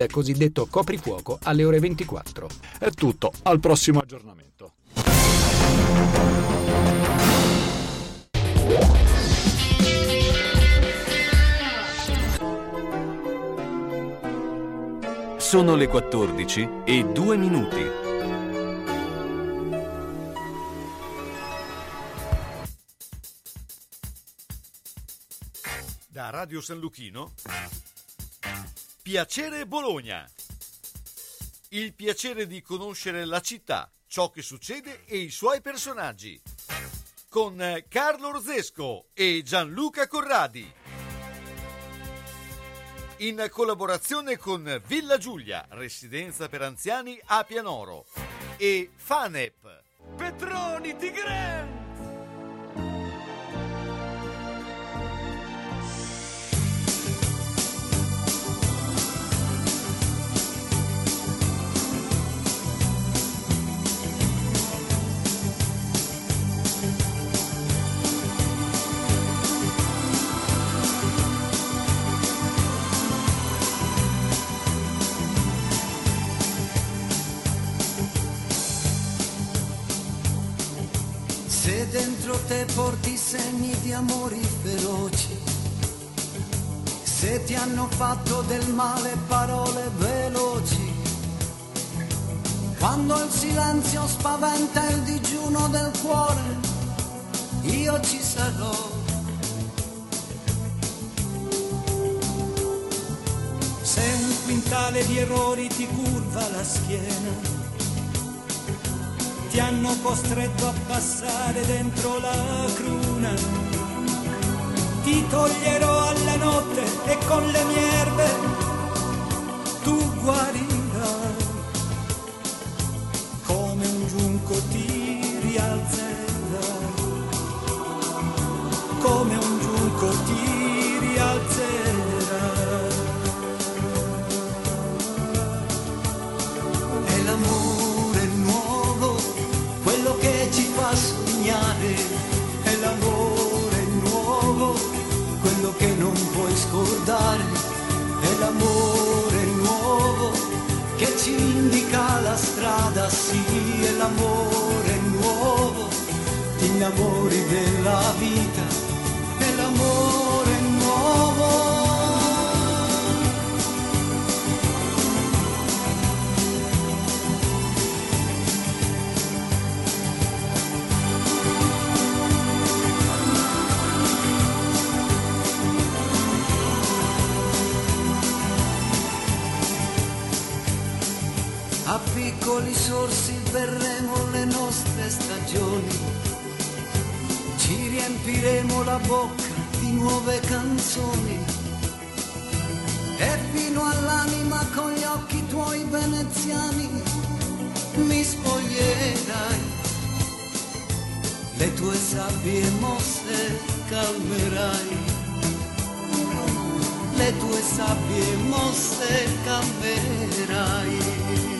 cosiddetto coprifuoco alle ore 24. È tutto, al prossimo aggiornamento. Sono le 14:02. Da Radio San Luchino, Piacere Bologna. Il piacere di conoscere la città, ciò che succede e i suoi personaggi. Con Carlo Rozesco e Gianluca Corradi. In collaborazione con Villa Giulia, residenza per anziani a Pianoro. E Fanep. Petroni Tigre. Se dentro te porti segni di amori feroci, se ti hanno fatto del male parole veloci, quando il silenzio spaventa il digiuno del cuore, io ci sarò. Se un quintale di errori ti curva la schiena, ti hanno costretto a passare dentro la cruna, ti toglierò alla notte e con le mie erbe tu guarirai. Come un giunco ti rialzerai, come un giunco ti rialzerai. È l'amore nuovo quello che ci fa sognare, è l'amore nuovo, quello che non puoi scordare, è l'amore nuovo che ci indica la strada, sì, è l'amore nuovo, ti innamori della vita, è l'amore nuovo. A piccoli sorsi berremo le nostre stagioni, ci riempiremo la bocca di nuove canzoni e fino all'anima con gli occhi tuoi veneziani mi spoglierai, le tue sabbie mosse calmerai, le tue sabbie mosse calmerai.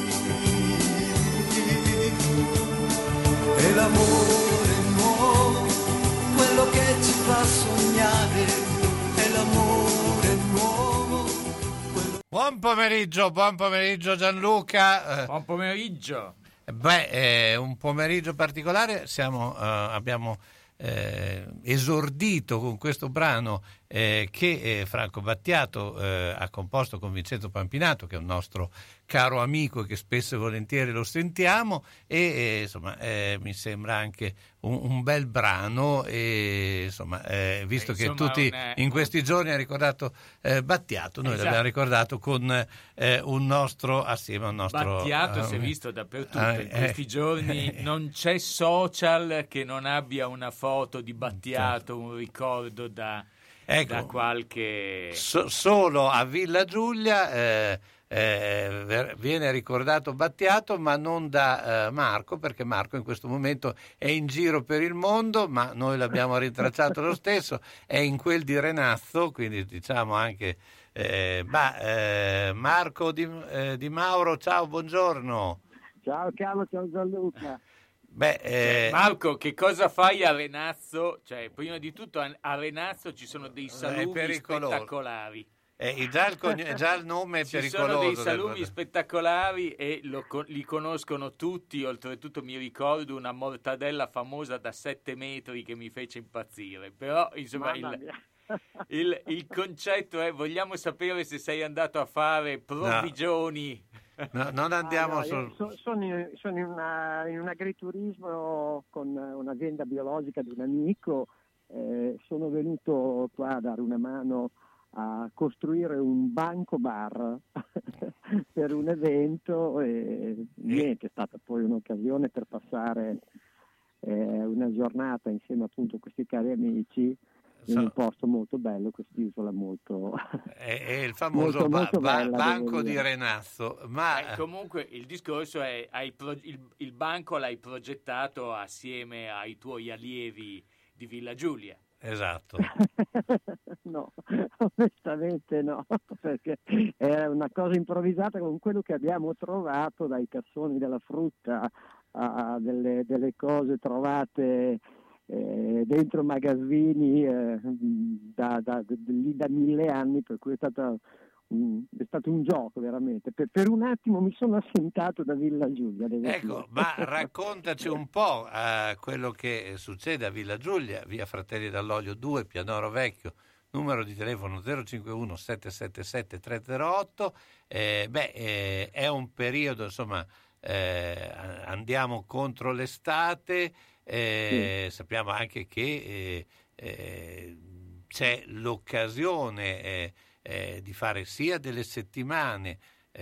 È l'amore nuovo, quello che ci fa sognare, è l'amore nuovo. Buon pomeriggio Gianluca. Buon pomeriggio. Un pomeriggio particolare, abbiamo esordito con questo brano che Franco Battiato ha composto con Vincenzo Pampinato, che è un nostro caro amico che spesso e volentieri lo sentiamo, e mi sembra anche un bel brano, e visto che tutti in questi giorni ha ricordato Battiato, noi l'abbiamo ricordato con un nostro, assieme a un nostro Battiato si è visto dappertutto in questi giorni, non c'è social che non abbia una foto di Battiato, un ricordo da qualche solo a Villa Giulia viene ricordato Battiato, ma non da Marco, perché Marco in questo momento è in giro per il mondo, ma noi l'abbiamo rintracciato lo stesso, è in quel di Renazzo, quindi diciamo anche Marco Di Mauro, ciao, buongiorno. Ciao Carlo, ciao Gianluca. Marco, che cosa fai a Renazzo? Cioè, prima di tutto a Renazzo ci sono dei saluti spettacolari. già il nome è Ci pericoloso. Sono dei salumi spettacolari e li conoscono tutti. Oltretutto mi ricordo una mortadella famosa da 7 metri che mi fece impazzire. Però insomma il concetto è: vogliamo sapere se sei andato a fare provvigioni. No, non andiamo sono in un agriturismo con un'azienda biologica di un amico. Sono venuto qua a dare una mano a costruire un banco bar per un evento e niente, è stata poi un'occasione per passare una giornata insieme appunto a questi cari amici in un posto molto bello, quest'isola molto è il famoso molto bella, banco di Renazzo. Ma comunque il discorso è il banco l'hai progettato assieme ai tuoi allievi di Villa Giulia. Esatto. No, onestamente no, perché è una cosa improvvisata con quello che abbiamo trovato, dai cassoni della frutta a delle cose trovate dentro magazzini lì da 1000 anni, per cui è stato un gioco veramente. Per un attimo mi sono assentato da Villa Giulia. Ecco, ma raccontaci un po' quello che succede a Villa Giulia, via Fratelli dall'Olio 2, Pianoro Vecchio, numero di telefono 051 777 308. È un periodo, insomma, andiamo contro l'estate, sappiamo anche che c'è l'occasione di fare sia delle settimane,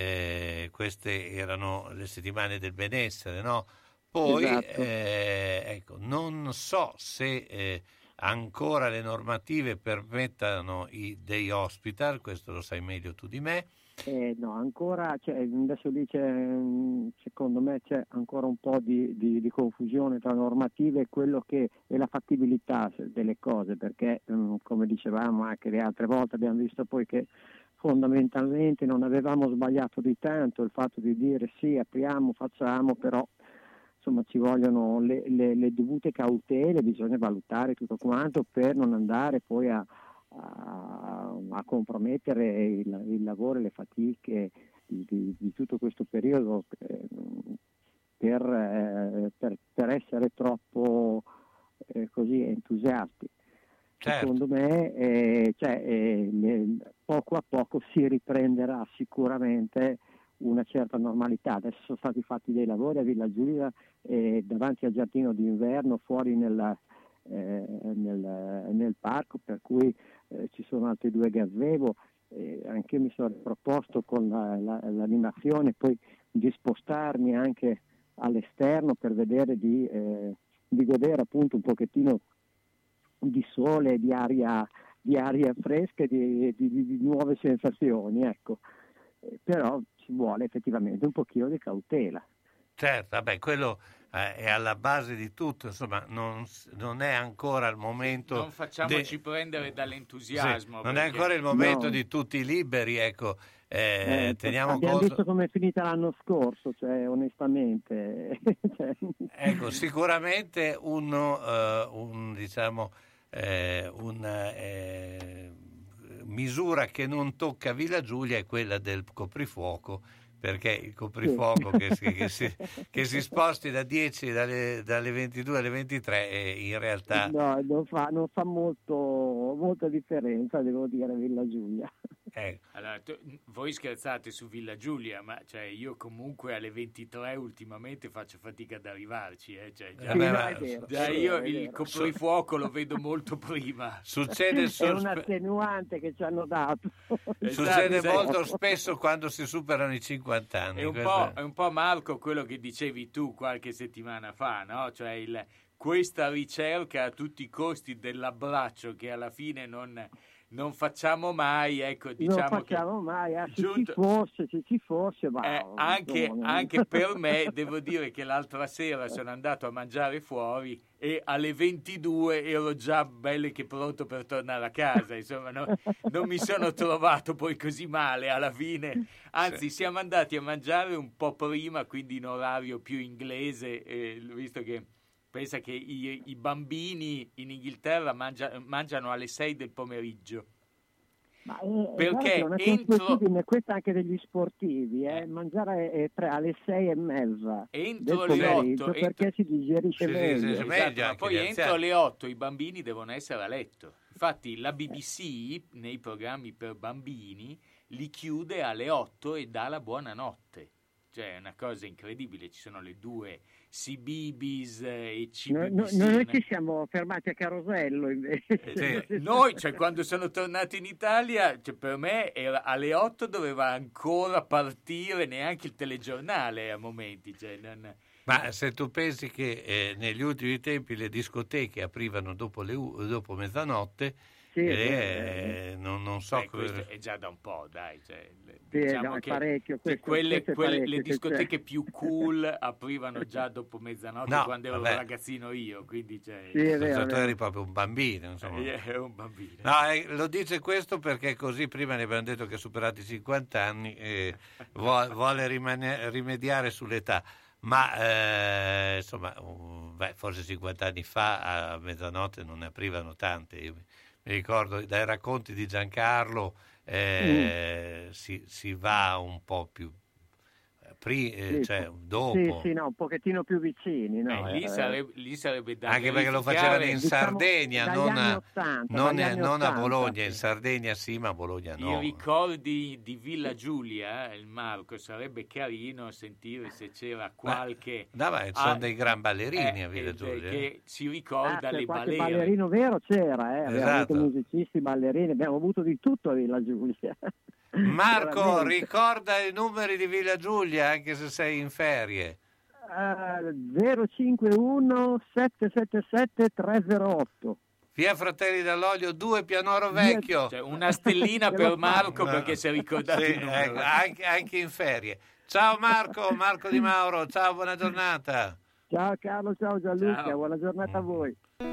queste erano le settimane del benessere, no? Poi esatto. Ecco, non so se ancora le normative permettano i day hospital, questo lo sai meglio tu di me. No, ancora adesso lì secondo me c'è ancora un po' di confusione tra normative e quello che è la fattibilità delle cose, perché come dicevamo anche le altre volte abbiamo visto poi che fondamentalmente non avevamo sbagliato di tanto il fatto di dire sì, apriamo, facciamo, però insomma ci vogliono le dovute cautele, bisogna valutare tutto quanto per non andare poi a compromettere il lavoro e le fatiche di tutto questo periodo per essere troppo così entusiasti. Certo. Secondo me poco a poco si riprenderà sicuramente una certa normalità. Adesso sono stati fatti dei lavori a Villa Giulia davanti al giardino d'inverno, fuori nel parco, per cui ci sono altri 2 gazebo. Anche io mi sono proposto con l'animazione poi di spostarmi anche all'esterno per vedere di godere appunto un pochettino di sole, di aria fresca e di nuove sensazioni, ecco. Però ci vuole effettivamente un pochino di cautela. Certo, vabbè, quello è alla base di tutto, insomma, non è ancora il momento. Non facciamoci prendere dall'entusiasmo. Sì, non è ancora il momento di tutti liberi, ecco. Teniamo abbiamo conto. visto come è finita l'anno scorso, cioè onestamente. Ecco, sicuramente una misura che non tocca Villa Giulia è quella del coprifuoco, perché il coprifuoco che si sposti da 10 dalle 22 alle 23 in realtà no, non fa molta differenza, devo dire, a Villa Giulia. Allora, voi scherzate su Villa Giulia, ma io comunque alle 23 ultimamente faccio fatica ad arrivarci, io il coprifuoco lo vedo molto prima. Succede è un attenuante che ci hanno dato. Succede molto spesso quando si superano i 50 anni. È un po' Marco quello che dicevi tu qualche settimana fa, no? Cioè questa ricerca a tutti i costi dell'abbraccio che alla fine non facciamo mai, ecco, diciamo non facciamo mai, giunto, se ci fosse anche per me devo dire che l'altra sera sono andato a mangiare fuori e alle 22 ero già bello che pronto per tornare a casa, insomma non mi sono trovato poi così male alla fine, anzi siamo andati a mangiare un po' prima, quindi in orario più inglese, visto che pensa che i bambini in Inghilterra mangiano alle 6 del pomeriggio. perché non è consuetudine questa anche degli sportivi, mangiare alle 6:30 entro del le 8 perché si digerisce meglio. Esatto, ma poi entro le 8 i bambini devono essere a letto. Infatti la BBC nei programmi per bambini li chiude alle 8 e dà la buonanotte. Cioè è una cosa incredibile, ci sono le due CBeebies e CBBC. Noi ci siamo fermati a Carosello invece. Noi, cioè, quando sono tornato in Italia, cioè, per me era alle 8 doveva ancora partire neanche il telegiornale a momenti. Cioè, Ma se tu pensi che negli ultimi tempi le discoteche aprivano dopo mezzanotte, non so. Questo è già da un po', dai. Cioè, diciamo che parecchio, le discoteche più cool aprivano già dopo mezzanotte quando ero ragazzino io. Quindi, tu eri proprio un bambino. Insomma. Ero un bambino. No, lo dice questo perché così prima ne abbiamo detto che superati i 50 anni vuole rimediare sull'età. Ma insomma, forse 50 anni fa a mezzanotte non ne aprivano tante. Io mi ricordo dai racconti di Giancarlo si va un po' più dopo. Sì, un pochettino più vicini. No? Lì sarebbe da anche perché lo facevano in Sardegna, non a Bologna. In Sardegna sì, ma a Bologna no. I ricordi di Villa Giulia, il Marco, sarebbe carino sentire se c'era qualche... sono dei gran ballerini a Villa Giulia. Che si ricorda le balere. Il ballerino vero c'era, abbiamo esatto. avuto musicisti, ballerini, abbiamo avuto di tutto a Villa Giulia. Marco, ricorda i numeri di Villa Giulia anche se sei in ferie. 051 777 308. Via Fratelli dall'Olio 2 Pianoro Vecchio. Cioè, una stellina per Marco perché si è ricordato il numero. Anche in ferie. Ciao Marco Di Mauro, ciao, buona giornata. Ciao Carlo, ciao Gianluca, buona giornata a voi.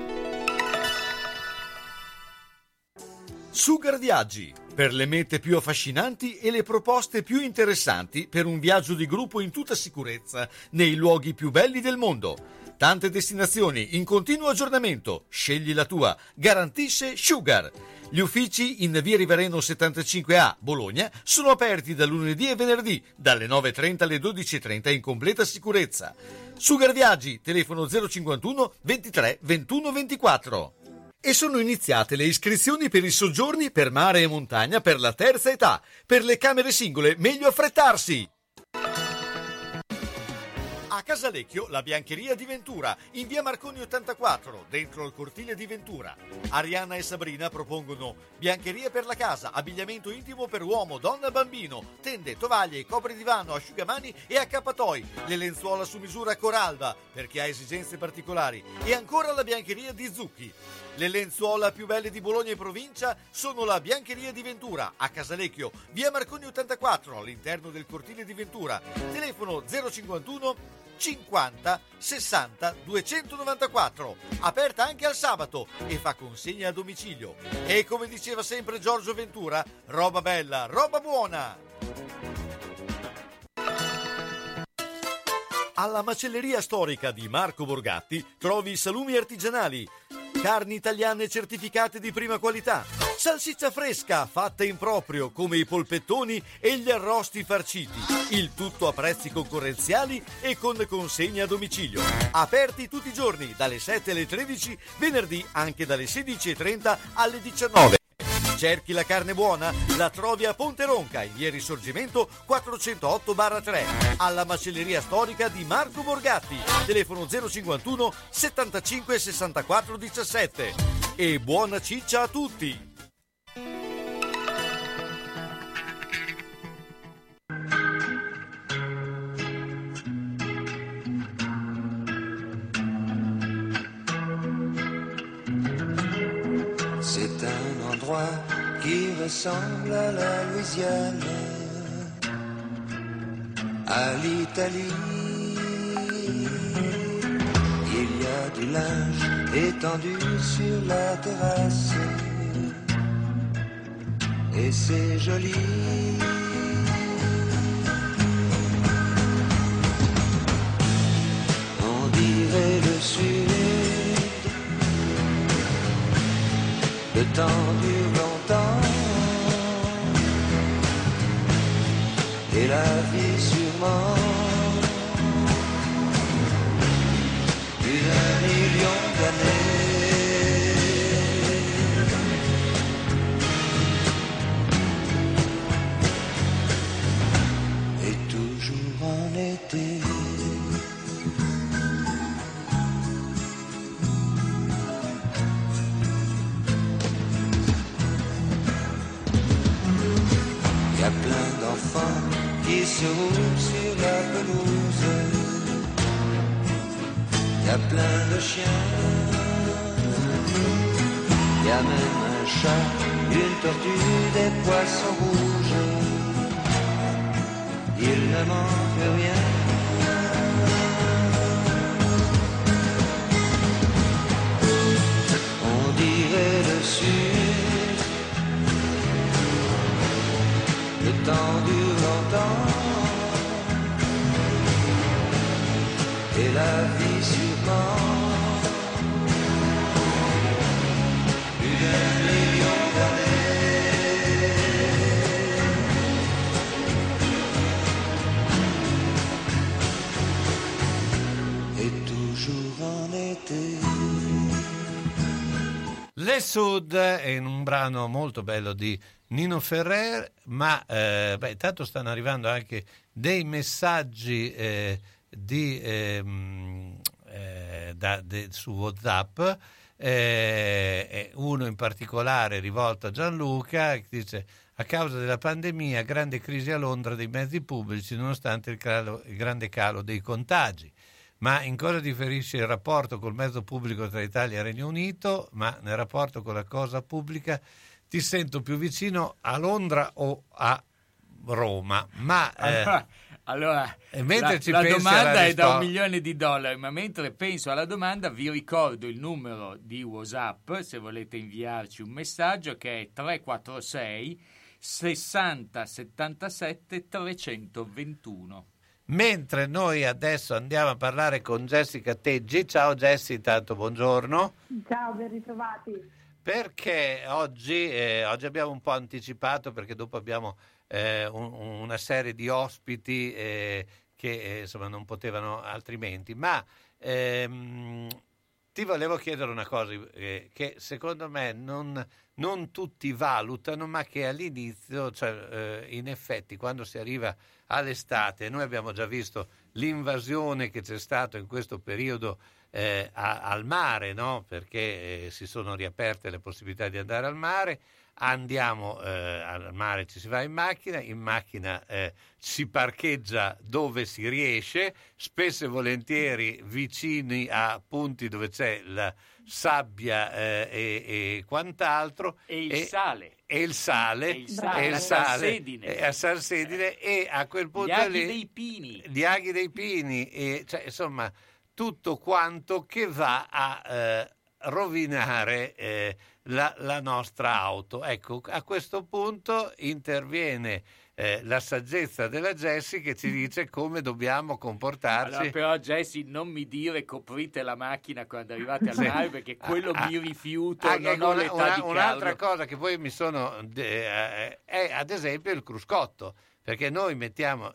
Sugar Viaggi, per le mete più affascinanti e le proposte più interessanti per un viaggio di gruppo in tutta sicurezza nei luoghi più belli del mondo. Tante destinazioni in continuo aggiornamento. Scegli la tua. Garantisce Sugar. Gli uffici in via Rivareno 75A, Bologna, sono aperti da lunedì e venerdì, dalle 9.30 alle 12.30 in completa sicurezza. Sugar Viaggi, telefono 051 23 21 24. E sono iniziate le iscrizioni per i soggiorni per mare e montagna per la terza età. Per le camere singole, meglio affrettarsi! A Casalecchio, la biancheria di Ventura, in via Marconi 84, dentro il cortile di Ventura. Arianna e Sabrina propongono biancheria per la casa, abbigliamento intimo per uomo, donna e bambino, tende, tovaglie, copridivano, asciugamani e accappatoi, le lenzuola su misura Coralba, per chi ha esigenze particolari, e ancora la biancheria di Zucchi. Le lenzuola più belle di Bologna e provincia sono la biancheria di Ventura, a Casalecchio, via Marconi 84, all'interno del cortile di Ventura. Telefono 051 50 60 294, aperta anche al sabato e fa consegna a domicilio. E come diceva sempre Giorgio Ventura, roba bella, roba buona! Alla macelleria storica di Marco Borgatti trovi salumi artigianali, carni italiane certificate di prima qualità, salsiccia fresca fatta in proprio come i polpettoni e gli arrosti farciti, il tutto a prezzi concorrenziali e con consegna a domicilio. Aperti tutti i giorni dalle 7 alle 13, venerdì anche dalle 16.30 alle 19. Cerchi la carne buona? La trovi a Ponte Ronca, in via Risorgimento 408/3, alla macelleria storica di Marco Borgatti. Telefono 051 75 64 17. E buona ciccia a tutti! C'est un endroit qui ressemble à la Louisiane, à l'Italie. Il y a du linge étendu sur la terrasse et c'est joli. On dirait le sud. Le temps dure longtemps sûrement plus d'1 million d'années. Et toujours en été. Y a plein d'enfants qui se roulent sur la pelouse. Y a plein de chiens. Y a même un chat, une tortue, des poissons rouges. Il ne manque rien. On dirait le sud. Le temps dure longtemps et la vie sûrement plus d'1 million d'années. Et toujours en été. Le Sud è in un brano molto bello di Nino Ferrer, ma intanto stanno arrivando anche dei messaggi su WhatsApp, uno in particolare rivolto a Gianluca che dice: a causa della pandemia, grande crisi a Londra dei mezzi pubblici nonostante il grande calo dei contagi. Ma in cosa differisce il rapporto col mezzo pubblico tra Italia e Regno Unito? Ma nel rapporto con la cosa pubblica ti sento più vicino a Londra o a Roma? Ma allora mentre la domanda è da $1 milione, ma mentre penso alla domanda vi ricordo il numero di WhatsApp se volete inviarci un messaggio, che è 346 60 77 321. Mentre noi adesso andiamo a parlare con Jessica Teggi. Ciao Jessi, intanto buongiorno. Ciao, ben ritrovati. Perché oggi abbiamo un po' anticipato, perché dopo abbiamo una serie di ospiti che insomma non potevano altrimenti, ma ti volevo chiedere una cosa che secondo me non tutti valutano, ma che all'inizio, cioè in effetti quando si arriva all'estate, noi abbiamo già visto l'invasione che c'è stato in questo periodo al mare, no? Perché si sono riaperte le possibilità di andare al mare. Andiamo al mare, ci si va in macchina si parcheggia dove si riesce, spesso e volentieri vicini a punti dove c'è la sabbia e quant'altro, e il sale a Salsedine, e a quel punto gli aghi dei pini, e cioè, insomma tutto quanto che va a rovinare la nostra auto. Ecco, a questo punto interviene la saggezza della Jessie che ci dice come dobbiamo comportarci. Allora, però Jessie, non mi dire coprite la macchina quando arrivate al mare, perché quello mi rifiuto, non ho l'età di un'altra cosa che poi mi sono è ad esempio il cruscotto, perché noi mettiamo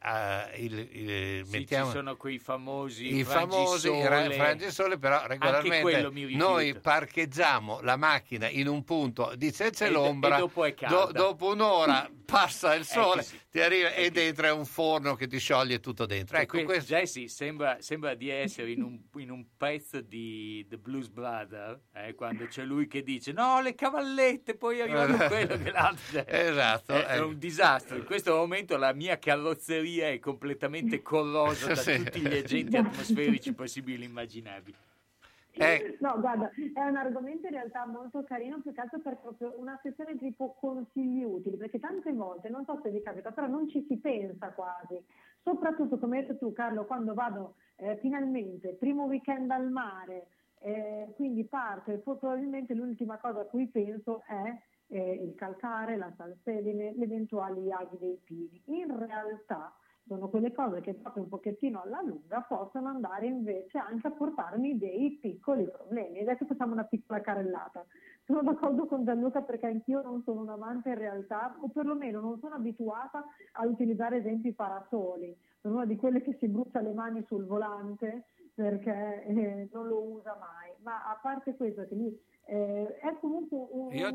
ci sono quei famosi frangisole, però regolarmente noi parcheggiamo la macchina in un punto, dice c'è l'ombra, e dopo è calda. Dopo un'ora passa il sole, ti arriva e che dentro è un forno che ti scioglie tutto dentro. Ecco, questo... Jessie sembra di essere in un pezzo di The Blues Brothers, quando c'è lui che dice no, le cavallette, poi arrivano quello che l'altro. Esatto, è un disastro. In questo momento la mia carrozzeria è completamente corrosa da tutti gli agenti atmosferici possibili e immaginabili. No, guarda, è un argomento in realtà molto carino, più che altro per proprio una sessione tipo consigli utili, perché tante volte, non so se vi capita, però non ci si pensa quasi, soprattutto come hai detto tu Carlo, quando vado finalmente, primo weekend al mare, quindi parto e poi probabilmente l'ultima cosa a cui penso è il calcare, la salsedine, gli eventuali aghi dei pini. In realtà sono quelle cose che proprio un pochettino alla lunga possono andare invece anche a portarmi dei piccoli problemi. Adesso facciamo una piccola carrellata. Sono d'accordo con Gianluca perché anch'io non sono un amante in realtà, o perlomeno non sono abituata a utilizzare esempi parasoli. Sono una di quelle che si brucia le mani sul volante perché non lo usa mai. Ma a parte questo, che lì è comunque io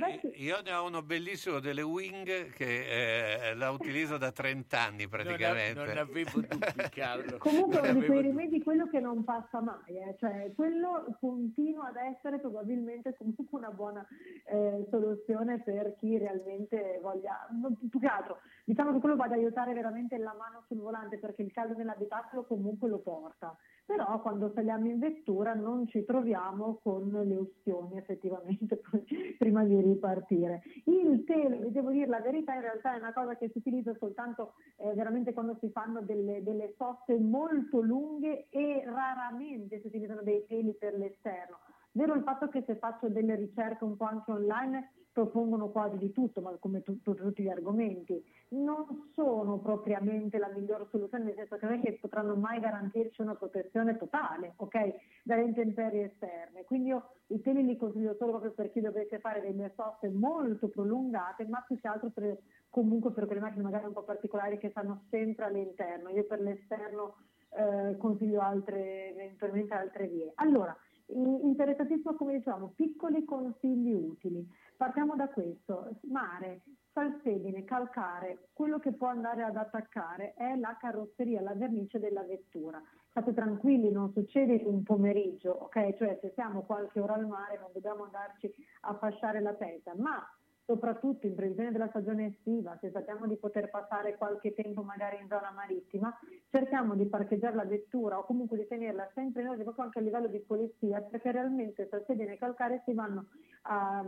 ne ho uno bellissimo delle Wing che la utilizzo da 30 anni praticamente. Non avevo dubbi, Carlo. Comunque uno di quei rimedi, quello che non passa mai, cioè quello continua ad essere probabilmente comunque una buona soluzione per chi realmente voglia, più che altro diciamo che quello va ad aiutare veramente la mano sul volante, perché il caldo nell'abitacolo comunque lo porta, però quando saliamo in vettura non ci troviamo con le ustioni effettivamente prima di ripartire. Il telo, vi devo dire la verità, in realtà è una cosa che si utilizza soltanto veramente quando si fanno delle soste molto lunghe, e raramente si utilizzano dei teli per l'esterno. Vero il fatto che se faccio delle ricerche un po' anche online propongono quasi di tutto, ma come tutti gli argomenti non sono propriamente la migliore soluzione, nel senso che non è che potranno mai garantirci una protezione totale, ok, dalle intemperie esterne. Quindi io i teli li consiglio solo proprio per chi dovesse fare delle soste molto prolungate, ma più che altro comunque per quelle macchine magari un po' particolari che stanno sempre all'interno. Io per l'esterno consiglio eventualmente altre vie. Allora, interessantissimo, come diciamo, piccoli consigli utili. Partiamo da questo: mare, salsedine, calcare, quello che può andare ad attaccare è la carrozzeria, la vernice della vettura. State tranquilli, non succede in un pomeriggio, ok? Cioè se siamo qualche ora al mare non dobbiamo andarci a fasciare la testa, ma soprattutto in previsione della stagione estiva, se sappiamo di poter passare qualche tempo magari in zona marittima, cerchiamo di parcheggiare la vettura o comunque di tenerla sempre in ordine, proprio anche a livello di pulizia, perché realmente salsedine e calcare si vanno a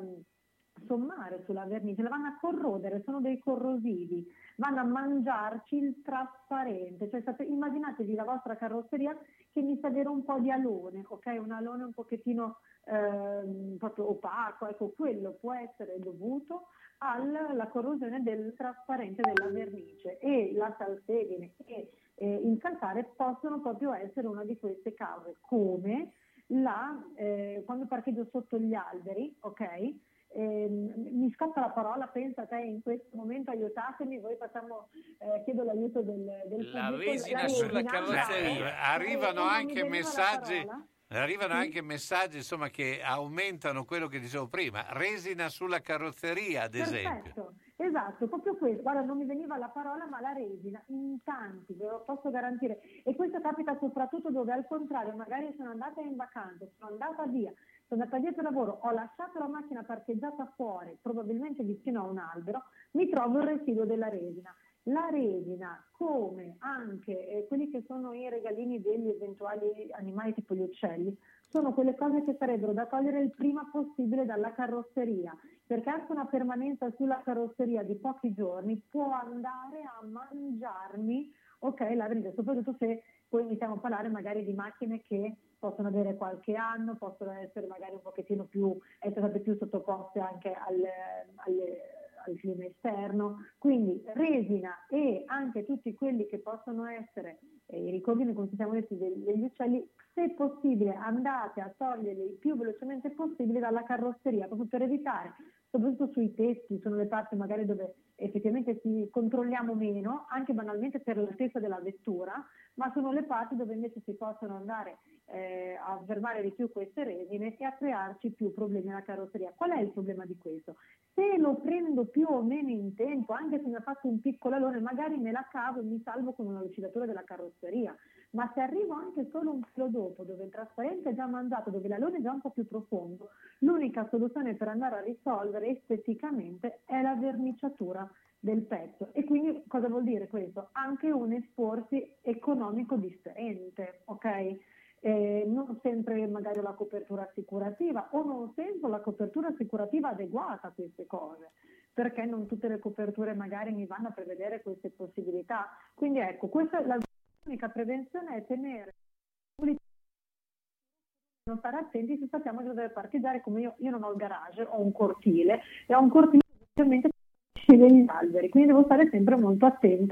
sommare sulla vernice, la vanno a corrodere, sono dei corrosivi, vanno a mangiarci il trasparente, cioè immaginatevi la vostra carrozzeria che inizia ad avere un po' di alone, ok? Un alone un pochettino proprio opaco, ecco, quello può essere dovuto alla corrosione del trasparente della vernice, e la salsedine e il calcare possono proprio essere una di queste cause, come quando parcheggio sotto gli alberi, ok? Mi scatta la parola, pensa te in questo momento, aiutatemi, voi chiedo l'aiuto del la pubblico. Resina sulla carrozzeria. Arrivano anche messaggi insomma che aumentano quello che dicevo prima, resina sulla carrozzeria ad esempio. Esatto, proprio questo. Guarda, non mi veniva la parola, ma la resina in tanti, ve lo posso garantire, e questo capita soprattutto dove al contrario magari sono andata in vacanza, sono andata via per lavoro, ho lasciato la macchina parcheggiata fuori, probabilmente vicino a un albero, mi trovo il residuo della resina. La resina, come anche quelli che sono i regalini degli eventuali animali tipo gli uccelli, sono quelle cose che sarebbero da togliere il prima possibile dalla carrozzeria, perché anche una permanenza sulla carrozzeria di pochi giorni può andare a mangiarmi, ok, la vernice, soprattutto se poi iniziamo a parlare magari di macchine che possono avere qualche anno, possono essere magari un pochettino essere state più sottoposte anche al clima esterno. Quindi resina e anche tutti quelli che possono essere i ricordini, come siamo detti, degli uccelli, se possibile andate a toglierli il più velocemente possibile dalla carrozzeria, proprio per evitare, soprattutto sui tetti, sono le parti magari dove effettivamente ci controlliamo meno, anche banalmente per l'altezza della vettura, ma sono le parti dove invece si possono andare a fermare di più queste resine e a crearci più problemi alla carrozzeria. Qual è il problema di questo? Se lo prendo più o meno in tempo, anche se mi ha fatto un piccolo alone, magari me la cavo e mi salvo con una lucidatura della carrozzeria, ma se arrivo anche solo un filo dopo, dove il trasparente è già mangiato, dove l'alone è già un po' più profondo, l'unica soluzione per andare a risolvere esteticamente è la verniciatura del pezzo. E quindi cosa vuol dire questo? Anche un esporsi economico differente, ok? Non sempre magari la copertura assicurativa, o non sempre la copertura assicurativa adeguata a queste cose, perché non tutte le coperture magari mi vanno a prevedere queste possibilità. Quindi ecco, questa è l'unica prevenzione, è tenere non stare attenti se sappiamo di dover parcheggiare, come io non ho il garage, ho un cortile, e ho un cortile ovviamente degli alberi, quindi devo stare sempre molto attenta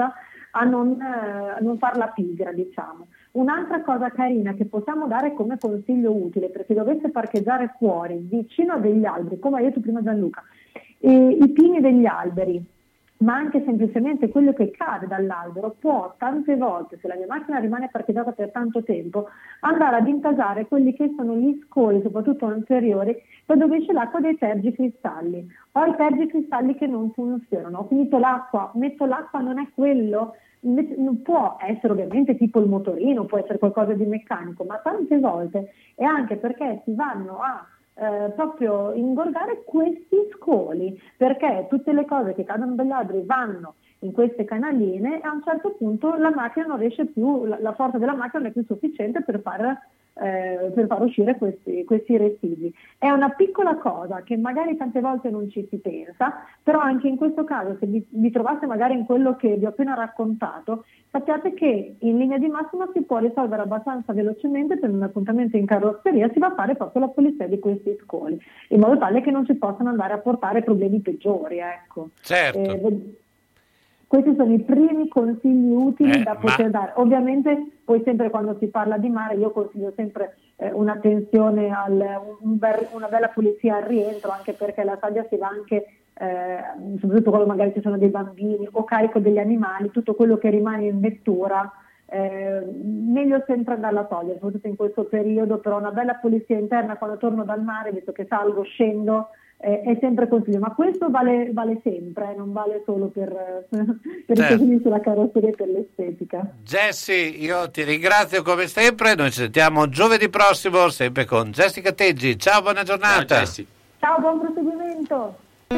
a non farla pigra, diciamo. Un'altra cosa carina che possiamo dare come consiglio utile per chi dovesse parcheggiare fuori, vicino a degli alberi, come hai detto prima Gianluca, i pini degli alberi, ma anche semplicemente quello che cade dall'albero può tante volte, se la mia macchina rimane parcheggiata per tanto tempo, andare ad intasare quelli che sono gli scoli, soprattutto anteriori, da dove esce l'acqua dei tergicristalli. Ho i tergicristalli che non funzionano, ho finito l'acqua, metto l'acqua, non è quello. Non può essere ovviamente tipo il motorino, può essere qualcosa di meccanico, ma tante volte è anche perché si vanno a proprio ingorgare questi scoli, perché tutte le cose che cadono dagli alberi vanno in queste canaline e a un certo punto la macchina non riesce più, la forza della macchina non è più sufficiente per far uscire questi residui. È una piccola cosa che magari tante volte non ci si pensa, però anche in questo caso, se vi trovaste magari in quello che vi ho appena raccontato, sappiate che in linea di massima si può risolvere abbastanza velocemente. Per un appuntamento in carrozzeria si va a fare proprio la pulizia di questi scoli, in modo tale che non si possano andare a portare problemi peggiori, ecco. Certo. Questi sono i primi consigli utili da poter dare. Ovviamente poi sempre quando si parla di mare io consiglio sempre un'attenzione una bella pulizia al rientro, anche perché la sabbia si va anche, soprattutto quando magari ci sono dei bambini o carico degli animali, tutto quello che rimane in vettura, meglio sempre andarla a togliere, soprattutto in questo periodo, però una bella pulizia interna quando torno dal mare, visto che salgo, scendo, è sempre consiglio, ma questo vale sempre, non vale solo per i casini sulla carrozzeria e per l'estetica. Jessie, io ti ringrazio come sempre, noi ci sentiamo giovedì prossimo sempre con Jessica Teggi. Ciao, buona giornata. Ciao Jessie. Ciao, buon proseguimento.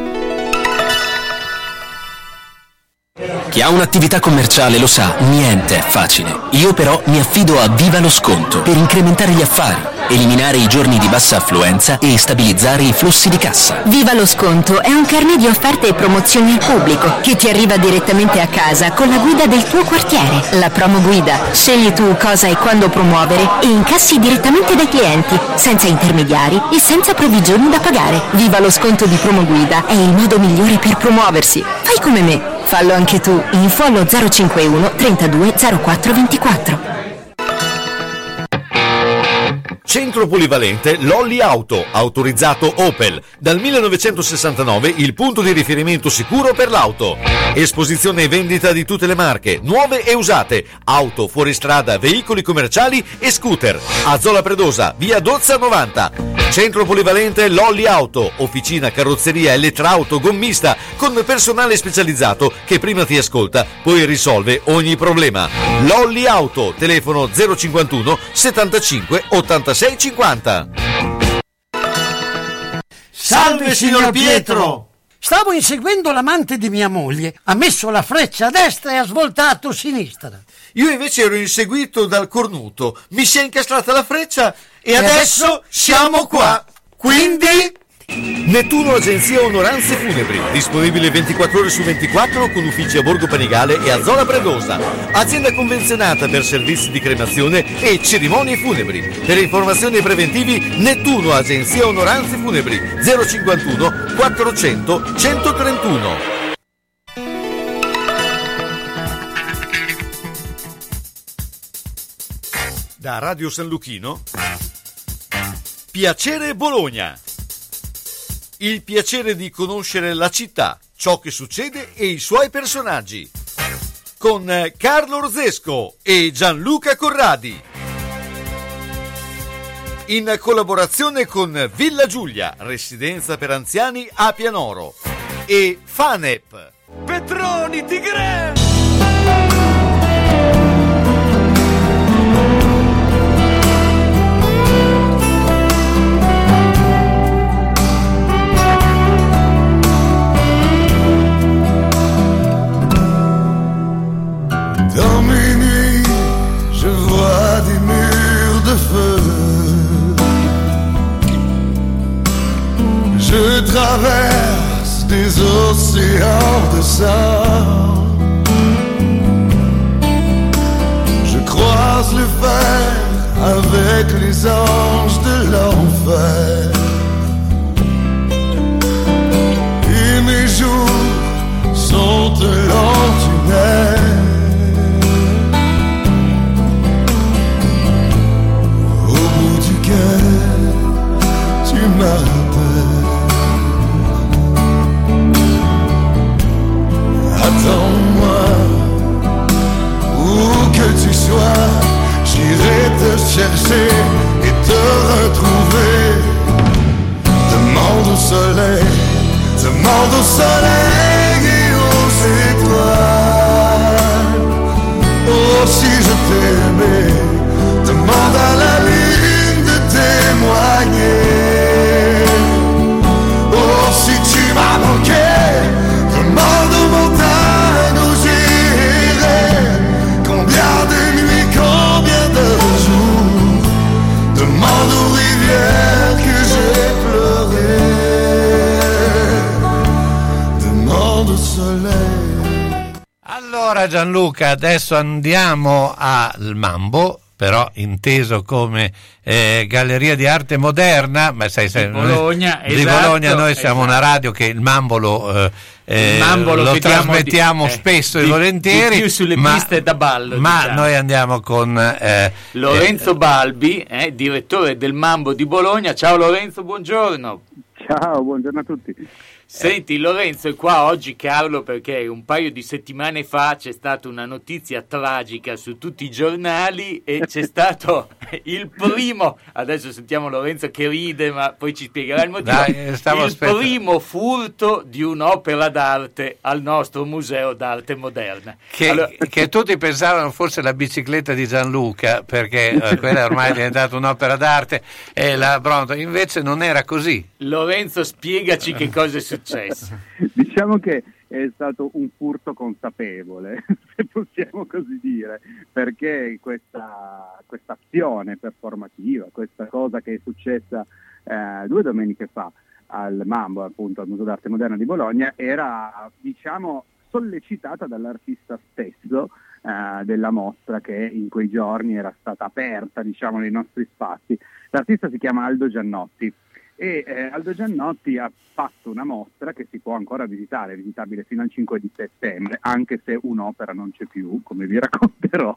Chi ha un'attività commerciale lo sa, niente è facile. Io però mi affido a Viva lo Sconto per incrementare gli affari, eliminare i giorni di bassa affluenza e stabilizzare i flussi di cassa. Viva lo Sconto è un carnet di offerte e promozioni al pubblico che ti arriva direttamente a casa con la guida del tuo quartiere. La promo guida. Scegli tu cosa e quando promuovere e incassi direttamente dai clienti, senza intermediari e senza provvigioni da pagare. Viva lo Sconto di Promo Guida è il modo migliore per promuoversi. Fai come me. Fallo anche tu. Info allo 051 32 04 24. Centro polivalente Lolli Auto, autorizzato Opel. Dal 1969 il punto di riferimento sicuro per l'auto. Esposizione e vendita di tutte le marche, nuove e usate. Auto, fuoristrada, veicoli commerciali e scooter. A Zola Predosa, via Dozza 90. Centro polivalente Lolli Auto, officina, carrozzeria, elettrauto, gommista, con personale specializzato che prima ti ascolta, poi risolve ogni problema. Lolli Auto, telefono 051 75 86 50. Salve signor Pietro! Stavo inseguendo l'amante di mia moglie, ha messo la freccia a destra e ha svoltato a sinistra. Io invece ero inseguito dal cornuto, mi si è incastrata la freccia e adesso siamo qua. Quindi... Nettuno Agenzia Onoranze Funebri, disponibile 24 ore su 24 con uffici a Borgo Panigale e a Zola Predosa. Azienda convenzionata per servizi di cremazione e cerimonie funebri. Per informazioni e preventivi Nettuno Agenzia Onoranze Funebri 051 400 131. Da Radio San Luchino, Piacere Bologna. Il piacere di conoscere la città, ciò che succede e i suoi personaggi. Con Carlo Orzesco e Gianluca Corradi. In collaborazione con Villa Giulia, residenza per anziani a Pianoro. E Fanep. Petroni Tigre! Dans mes nuits, je vois des murs de feu. Je traverse des océans de sang. Je croise le fer avec les anges de l'enfer. Et mes jours sont un long tunnel. soleil et aux étoiles. Oh, si je t'aimais, demande à la lune de témoigner. Oh, si tu m'as manqué, demande aux montagnes où j'irai. Combien de nuits, combien de jours, demande aux rivières que j'ai pleuré. Demande au soleil. Allora Gianluca, adesso andiamo al Mambo, però inteso come Galleria di Arte Moderna, ma sai, Bologna, di Bologna, noi siamo una radio che il Mambo lo trasmettiamo spesso e volentieri, di più sulle piste da ballo, ma diciamo. noi andiamo con Lorenzo Balbi, direttore del Mambo di Bologna. Ciao Lorenzo, buongiorno. Ciao, buongiorno a tutti. Senti Lorenzo, è qua oggi Carlo perché un paio di settimane fa c'è stata una notizia tragica su tutti i giornali e c'è stato il primo, adesso sentiamo Lorenzo che ride ma poi ci spiegherà il motivo, primo furto di un'opera d'arte al nostro Museo d'Arte Moderna. Che tutti pensavano fosse la bicicletta di Gianluca, perché quella ormai è diventata un'opera d'arte e la Bronto, invece non era così. Lorenzo, spiegaci che cosa è successo. Diciamo che è stato un furto consapevole, se possiamo così dire, perché questa azione performativa, questa cosa che è successa 2 domeniche fa al Mambo, appunto al Museo d'Arte Moderna di Bologna, era, diciamo, sollecitata dall'artista stesso della mostra che in quei giorni era stata aperta, diciamo, nei nostri spazi. L'artista si chiama Aldo Giannotti. E Aldo Giannotti ha fatto una mostra che si può ancora visitare, è visitabile fino al 5 di settembre, anche se un'opera non c'è più, come vi racconterò,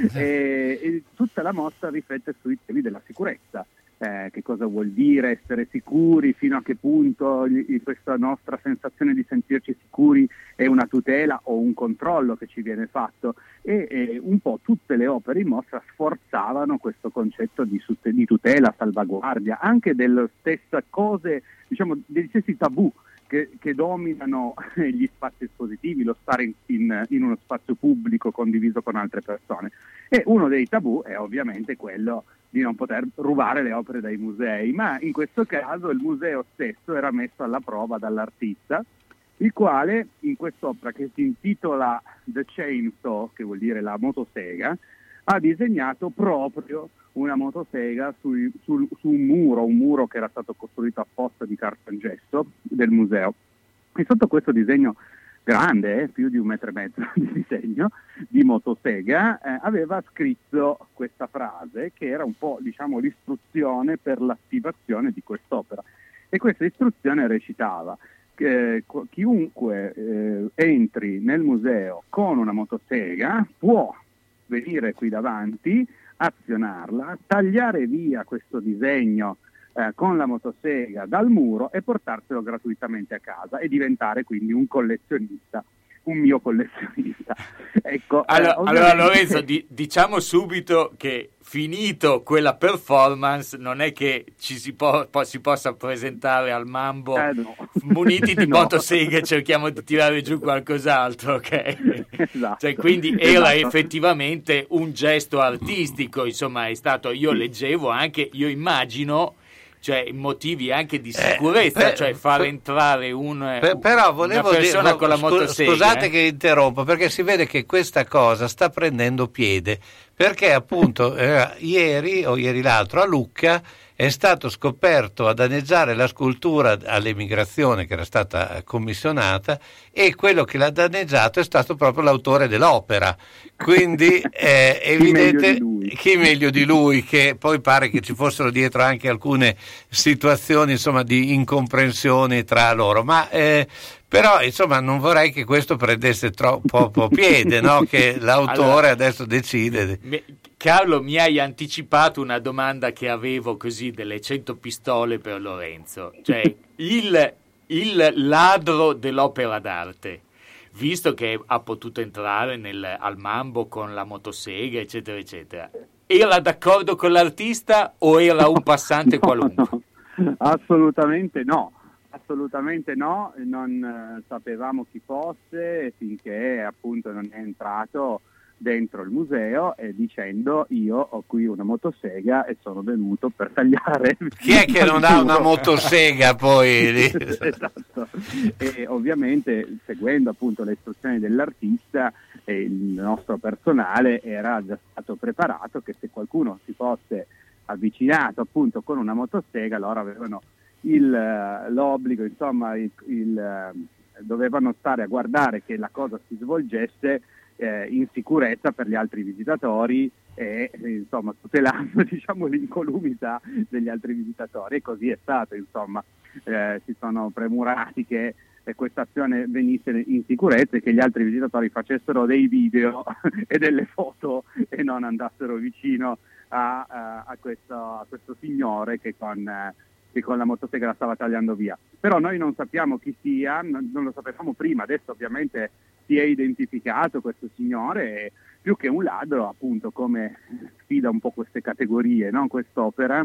e tutta la mostra riflette sui temi della sicurezza. Che cosa vuol dire essere sicuri, fino a che punto questa nostra sensazione di sentirci sicuri è una tutela o un controllo che ci viene fatto, e un po' tutte le opere in mostra sforzavano questo concetto di tutela, salvaguardia, anche delle stesse cose, diciamo, degli stessi tabù che dominano gli spazi espositivi, lo stare in uno spazio pubblico condiviso con altre persone. E uno dei tabù è ovviamente quello di non poter rubare le opere dai musei, ma in questo caso il museo stesso era messo alla prova dall'artista, il quale in quest'opera, che si intitola The Chainsaw, che vuol dire la motosega, ha disegnato proprio una motosega su un muro che era stato costruito apposta di cartongesso del museo. E sotto questo disegno grande, più di 1,5 metri di disegno, di motosega, aveva scritto questa frase che era un po', diciamo, l'istruzione per l'attivazione di quest'opera. E questa istruzione recitava che chiunque entri nel museo con una motosega può venire qui davanti, azionarla, tagliare via questo disegno con la motosega dal muro e portarselo gratuitamente a casa e diventare quindi un collezionista, un mio collezionista. Ecco, allora Lorenzo, diciamo subito che finito quella performance non è che ci si possa presentare al Mambo muniti di motoseghe, cerchiamo di tirare giù qualcos'altro, ok? Esatto. Cioè, quindi era effettivamente un gesto artistico, insomma, è stato, io leggevo anche, io immagino, cioè motivi anche di sicurezza, cioè far entrare una persona con la motosega. Scusate che interrompo, perché si vede che questa cosa sta prendendo piede, perché appunto ieri o ieri l'altro a Lucca è stato scoperto a danneggiare la scultura all'emigrazione che era stata commissionata, e quello che l'ha danneggiato è stato proprio l'autore dell'opera. Quindi è evidente chi meglio di lui, che poi pare che ci fossero dietro anche alcune situazioni, insomma, di incomprensioni tra loro, ma però insomma non vorrei che questo prendesse troppo piede, no? Che l'autore adesso decide. Carlo, mi hai anticipato una domanda che avevo, così, delle 100 pistole per Lorenzo, cioè il ladro dell'opera d'arte, visto che ha potuto entrare al Mambo con la motosega, eccetera, eccetera, era d'accordo con l'artista o era un passante qualunque? No, assolutamente no. assolutamente no, non sapevamo chi fosse finché appunto non è entrato dentro il museo dicendo: io ho qui una motosega e sono venuto per tagliare. Chi è che non ha una motosega poi? Esatto. E ovviamente seguendo appunto le istruzioni dell'artista, il nostro personale era già stato preparato che se qualcuno si fosse avvicinato appunto con una motosega, loro avevano l'obbligo, insomma, dovevano stare a guardare che la cosa si svolgesse in sicurezza per gli altri visitatori e insomma tutelando, diciamo, l'incolumità degli altri visitatori, e così è stato, insomma. Si sono premurati che questa azione venisse in sicurezza e che gli altri visitatori facessero dei video e delle foto e non andassero vicino a questo signore che con la motosega la stava tagliando via. Però noi non sappiamo chi sia, non lo sapevamo prima, adesso ovviamente si è identificato questo signore e più che un ladro, appunto, come sfida un po' queste categorie, no? Quest'opera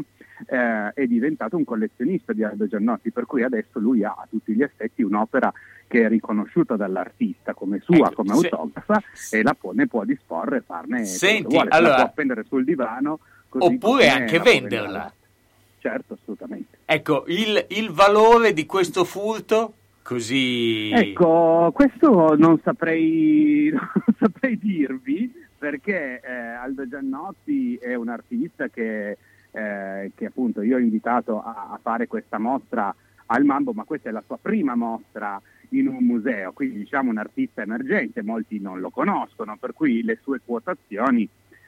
è diventato un collezionista di Aldo Giannotti, per cui adesso lui ha a tutti gli effetti un'opera che è riconosciuta dall'artista come sua, come autografa, e ne può disporre, farne quello che vuole. Allora, la può appendere sul divano, oppure anche venderla. Certo, assolutamente. Ecco, il valore di questo furto? Così. Ecco, questo non saprei dirvi, perché Aldo Giannotti è un artista che appunto io ho invitato a fare questa mostra al Mambo, ma questa è la sua prima mostra in un museo, quindi diciamo un artista emergente, molti non lo conoscono, per cui le sue quotazioni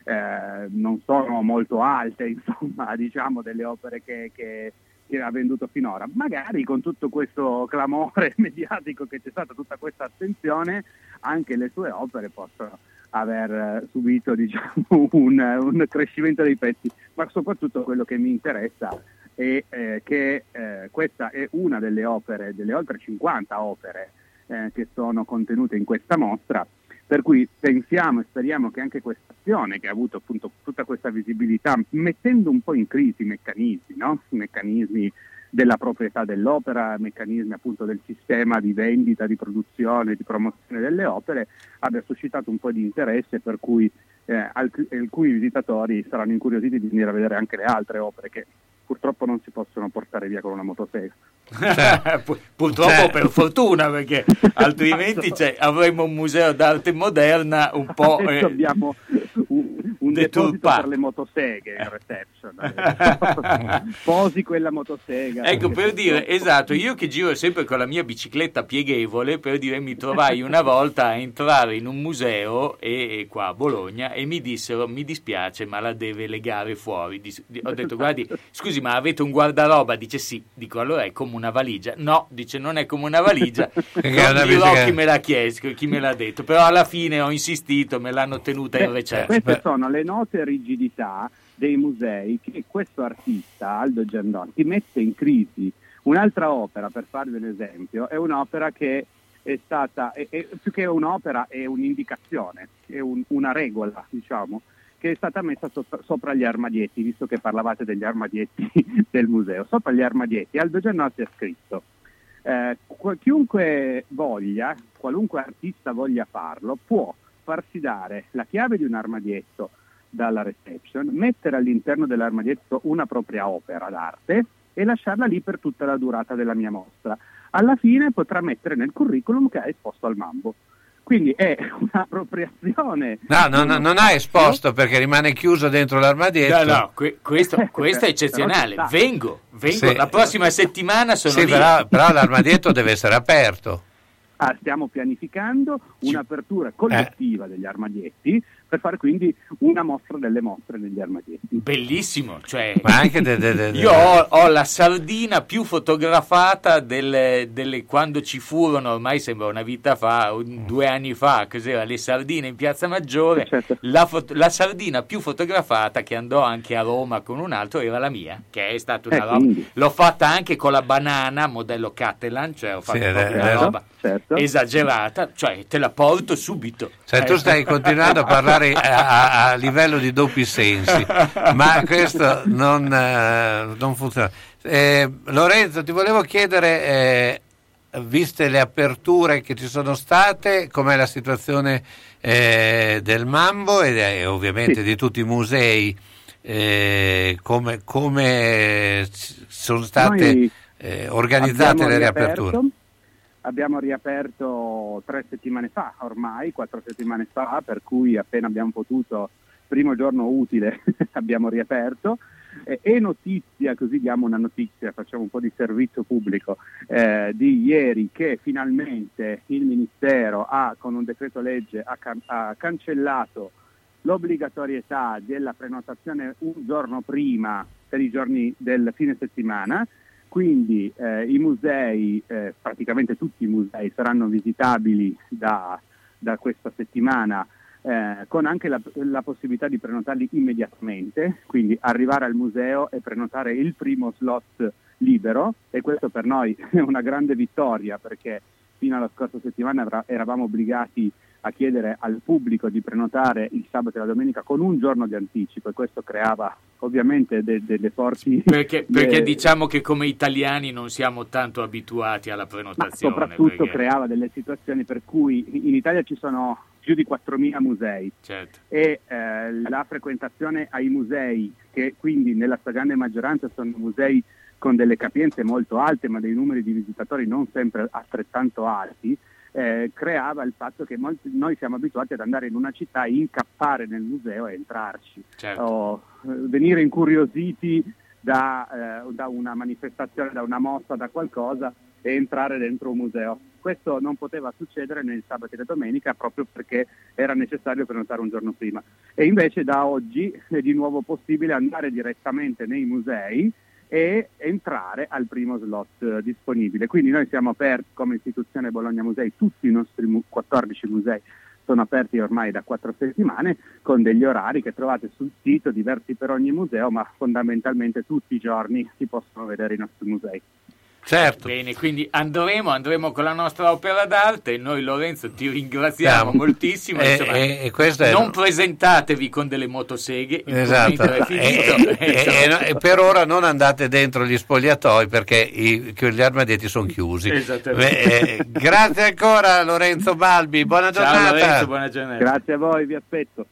non sono molto alte, insomma, diciamo, delle opere che ha venduto finora. Magari con tutto questo clamore mediatico che c'è stata, tutta questa attenzione, anche le sue opere possono aver subito, diciamo, un crescimento dei prezzi, ma soprattutto quello che mi interessa è che questa è una delle opere, delle oltre 50 opere che sono contenute in questa mostra, per cui pensiamo e speriamo che anche questa azione, che ha avuto appunto tutta questa visibilità, mettendo un po' in crisi i meccanismi, no? I meccanismi della proprietà dell'opera, meccanismi appunto del sistema di vendita, di produzione, di promozione delle opere, abbia suscitato un po' di interesse, per cui alcuni visitatori saranno incuriositi di venire a vedere anche le altre opere che purtroppo non si possono portare via con una motosega. Purtroppo, per fortuna, perché altrimenti avremmo un museo d'arte moderna un po' abbiamo un deposito per le motoseghe in reception. Posi quella motosega. Ecco, per dire, esatto, io che giro sempre con la mia bicicletta pieghevole, per dire, mi trovai una volta a entrare in un museo e qua a Bologna e mi dissero: mi dispiace, ma la deve legare fuori. Ho detto: guardi, scusi, ma avete un guardaroba? Dice sì. Dico: allora è come una valigia. No, dice, non è come una valigia. Non dirò chi me l'ha chiesto, chi me l'ha detto, però alla fine ho insistito, me l'hanno tenuta in reception. Queste sono le note rigidità dei musei che questo artista, Aldo Giannotti, mette in crisi. Un'altra opera, per farvi un esempio, è un'opera che è stata, più che un'opera, è un'indicazione, è una regola, diciamo, che è stata messa sopra gli armadietti, visto che parlavate degli armadietti del museo. Sopra gli armadietti Aldo Giannotti ha scritto: chiunque voglia, qualunque artista voglia farlo, può farsi dare la chiave di un armadietto dalla reception, mettere all'interno dell'armadietto una propria opera d'arte e lasciarla lì per tutta la durata della mia mostra. Alla fine potrà mettere nel curriculum che ha esposto al Mambo. Quindi è un'appropriazione. No, non ha esposto, perché rimane chiuso dentro l'armadietto. No, questo è eccezionale. Vengo. Sì. La prossima settimana sono lì. Però l'armadietto deve essere aperto. Stiamo pianificando un'apertura collettiva degli armadietti per fare quindi una mostra delle mostre negli armadietti. Bellissimo, cioè, ma anche io ho la sardina più fotografata delle quando ci furono, ormai sembra una vita fa, 2 anni fa, cos'era, le sardine in Piazza Maggiore. Certo. La sardina più fotografata, che andò anche a Roma con un altro, era la mia, che è stata una roba. Quindi. L'ho fatta anche con la banana modello Catalan, cioè ho fatto proprio una roba certo. esagerata, cioè te la porto subito. Cioè tu stai continuando a parlare magari a livello di doppi sensi, ma questo non funziona. Lorenzo, ti volevo chiedere, viste le aperture che ci sono state, com'è la situazione del Mambo e ovviamente di tutti i musei, come sono state organizzate le riaperture? Abbiamo riaperto 3 settimane fa, ormai 4 settimane fa, per cui appena abbiamo potuto, primo giorno utile, abbiamo riaperto. E notizia, così diamo una notizia, facciamo un po' di servizio pubblico, di ieri, che finalmente il Ministero con un decreto legge ha cancellato l'obbligatorietà della prenotazione un giorno prima per i giorni del fine settimana. Quindi i musei, praticamente tutti i musei, saranno visitabili da questa settimana, con anche la possibilità di prenotarli immediatamente, quindi arrivare al museo e prenotare il primo slot libero, e questo per noi è una grande vittoria, perché fino alla scorsa settimana eravamo obbligati a chiedere al pubblico di prenotare il sabato e la domenica con un giorno di anticipo, e questo creava ovviamente delle forti... Perché diciamo che come italiani non siamo tanto abituati alla prenotazione. Ma soprattutto creava delle situazioni per cui in Italia ci sono più di 4.000 musei, certo. E la frequentazione ai musei, che quindi nella stragrande maggioranza sono musei con delle capienze molto alte ma dei numeri di visitatori non sempre altrettanto alti, creava il fatto che noi siamo abituati ad andare in una città, incappare nel museo e entrarci, certo. O venire incuriositi da una manifestazione, da una mostra, da qualcosa, e entrare dentro un museo. Questo non poteva succedere nel sabato e la domenica, proprio perché era necessario prenotare un giorno prima. E invece da oggi è di nuovo possibile andare direttamente nei musei e entrare al primo slot disponibile. Quindi noi siamo aperti come istituzione Bologna Musei, tutti i nostri 14 musei sono aperti ormai da 4 settimane, con degli orari che trovate sul sito, diversi per ogni museo, ma fondamentalmente tutti i giorni si possono vedere i nostri musei. Certo. Bene, quindi andremo con la nostra opera d'arte, e noi, Lorenzo, ti ringraziamo moltissimo. E questo non presentatevi con delle motoseghe, il esatto. è finito. E per ora non andate dentro gli spogliatoi, perché gli armadietti sono chiusi. Grazie ancora Lorenzo Balbi, buona giornata. Ciao Lorenzo, buona giornata. Grazie a voi, vi aspetto.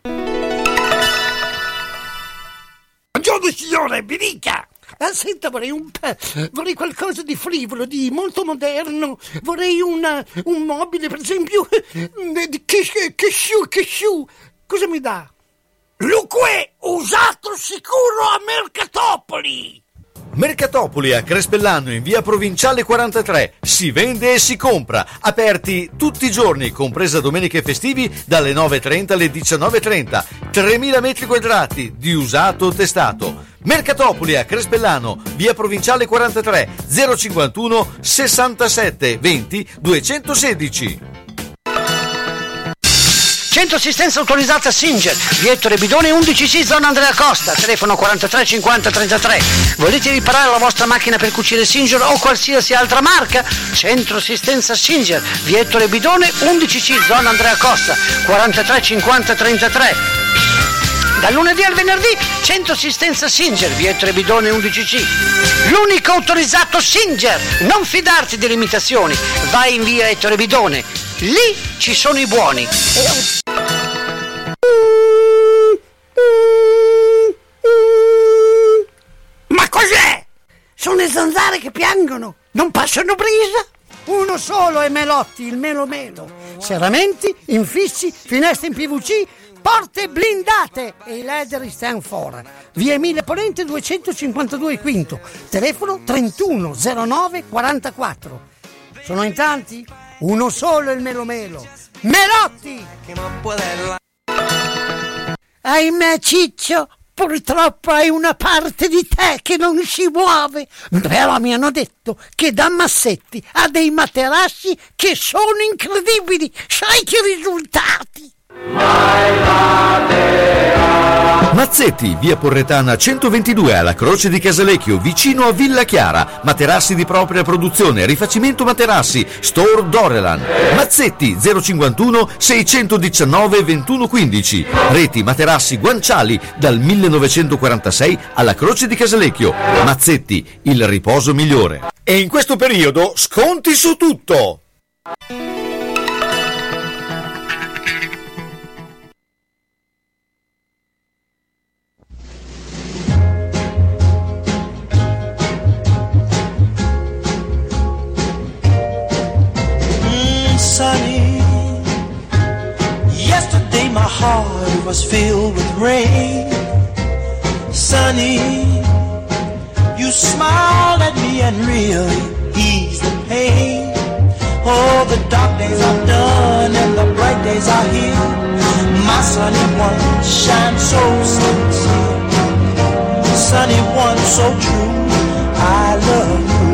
Buongiorno signore, mi dica! Senta, vorrei qualcosa di frivolo, di molto moderno. Vorrei un mobile, per esempio, che sciù. Cosa mi dà? Luque, usato sicuro a Mercatopoli. Mercatopoli a Crespellano, in via Provinciale 43. Si vende e si compra. Aperti tutti i giorni, compresa domeniche e festivi, dalle 9.30 alle 19.30. 3.000 metri quadrati di usato testato. Mercatopoli a Crespellano, via Provinciale 43, 051 67 20 216. Centro assistenza autorizzata Singer, via Ettore Bidone 11C, zona Andrea Costa, telefono 43 50 33. Volete riparare la vostra macchina per cucire Singer o qualsiasi altra marca? Centro assistenza Singer, via Ettore Bidone 11C, zona Andrea Costa, 43 50 33. Dal lunedì al venerdì, centro assistenza Singer, via Ettore Bidone 11C. L'unico autorizzato Singer. Non fidarti delle imitazioni. Vai in via Ettore Bidone. Lì ci sono i buoni. Ma cos'è? Sono le zanzare che piangono. Non passano brisa? Uno solo è Melotti, il Melo Melo. Serramenti, infissi, finestre in PVC, porte blindate e i leder stand for. Via Emilia Ponente 252 Quinto, telefono 31 09 44. Sono in tanti? Uno solo il Melo Melo. Melotti! Ahimè Ciccio, purtroppo hai una parte di te che non si muove. Però mi hanno detto che da Massetti ha dei materassi che sono incredibili. Sai che risultati? Mazzetti, via Porretana 122 alla Croce di Casalecchio, vicino a Villa Chiara. Materassi di propria produzione, rifacimento materassi, Store Dorelan. Mazzetti 051 619 2115. Reti materassi guanciali dal 1946 alla Croce di Casalecchio. Mazzetti, il riposo migliore. E in questo periodo sconti su tutto! Sunny, yesterday my heart was filled with rain. Sunny, you smiled at me and really eased the pain. Oh, the dark days are done and the bright days are here. My sunny one shines so sincere. Sunny one so true, I love you.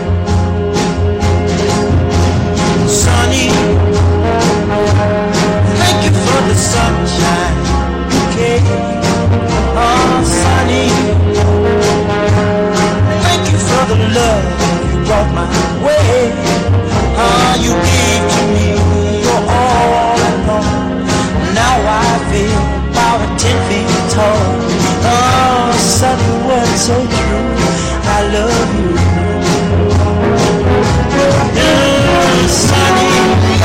Sunny, thank you for the sunshine you gave. Oh, sunny, thank you for the love you brought my way. Oh, you gave to me your all and all. Now I feel about 10 feet tall. Oh, sunny one so true, I love you. Sunny,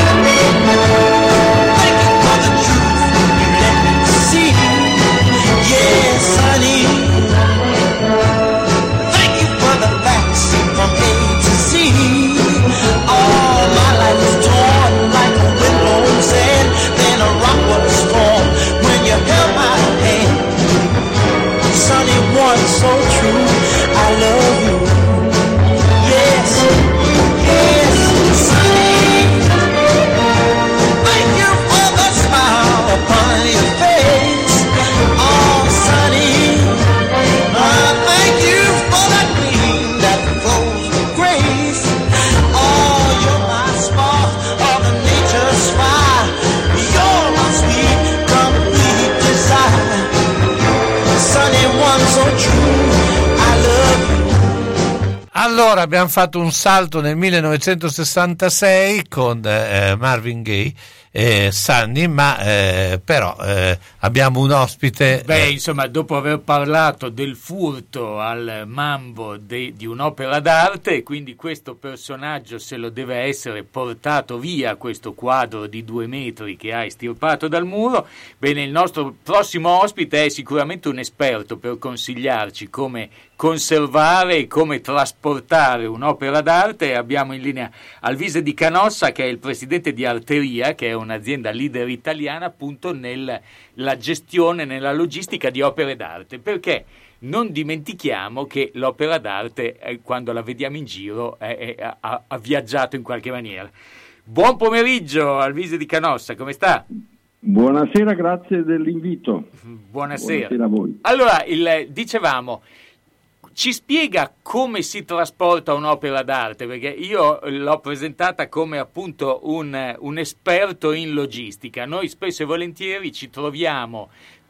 thank you for the truth you let me see. Yeah, sunny, thank you for the facts from A to Z. All my life was torn like a windblown sand. Then a rock was formed when you held my hand. Sunny one so true, I love you. Yes, yes, sunny, thank you for the smile upon your face. Oh, sunny, thank you for that green that flows with grace. Oh, you're my spark of nature's fire. You're my sweet, complete desire. Sunny one so true, I love you. Allora abbiamo fatto un salto nel 1966 con Marvin Gaye, Sunny, ma però abbiamo un ospite. Insomma, dopo aver parlato del furto al mambo di un'opera d'arte, e quindi questo personaggio se lo deve essere portato via, questo quadro di 2 metri che ha estirpato dal muro. Bene, il nostro prossimo ospite è sicuramente un esperto per consigliarci come conservare e come trasportare un'opera d'arte. Abbiamo in linea Alvise Di Canossa, che è il presidente di Arteria, che è un'azienda leader italiana appunto nella gestione, nella logistica di opere d'arte, perché non dimentichiamo che l'opera d'arte, quando la vediamo in giro, ha viaggiato in qualche maniera. Buon pomeriggio Alvise Di Canossa, come sta? Buonasera, grazie dell'invito. Buonasera a voi. Allora, dicevamo, ci spiega come si trasporta un'opera d'arte, perché io l'ho presentata come appunto un esperto in logistica. Noi spesso e volentieri ci troviamo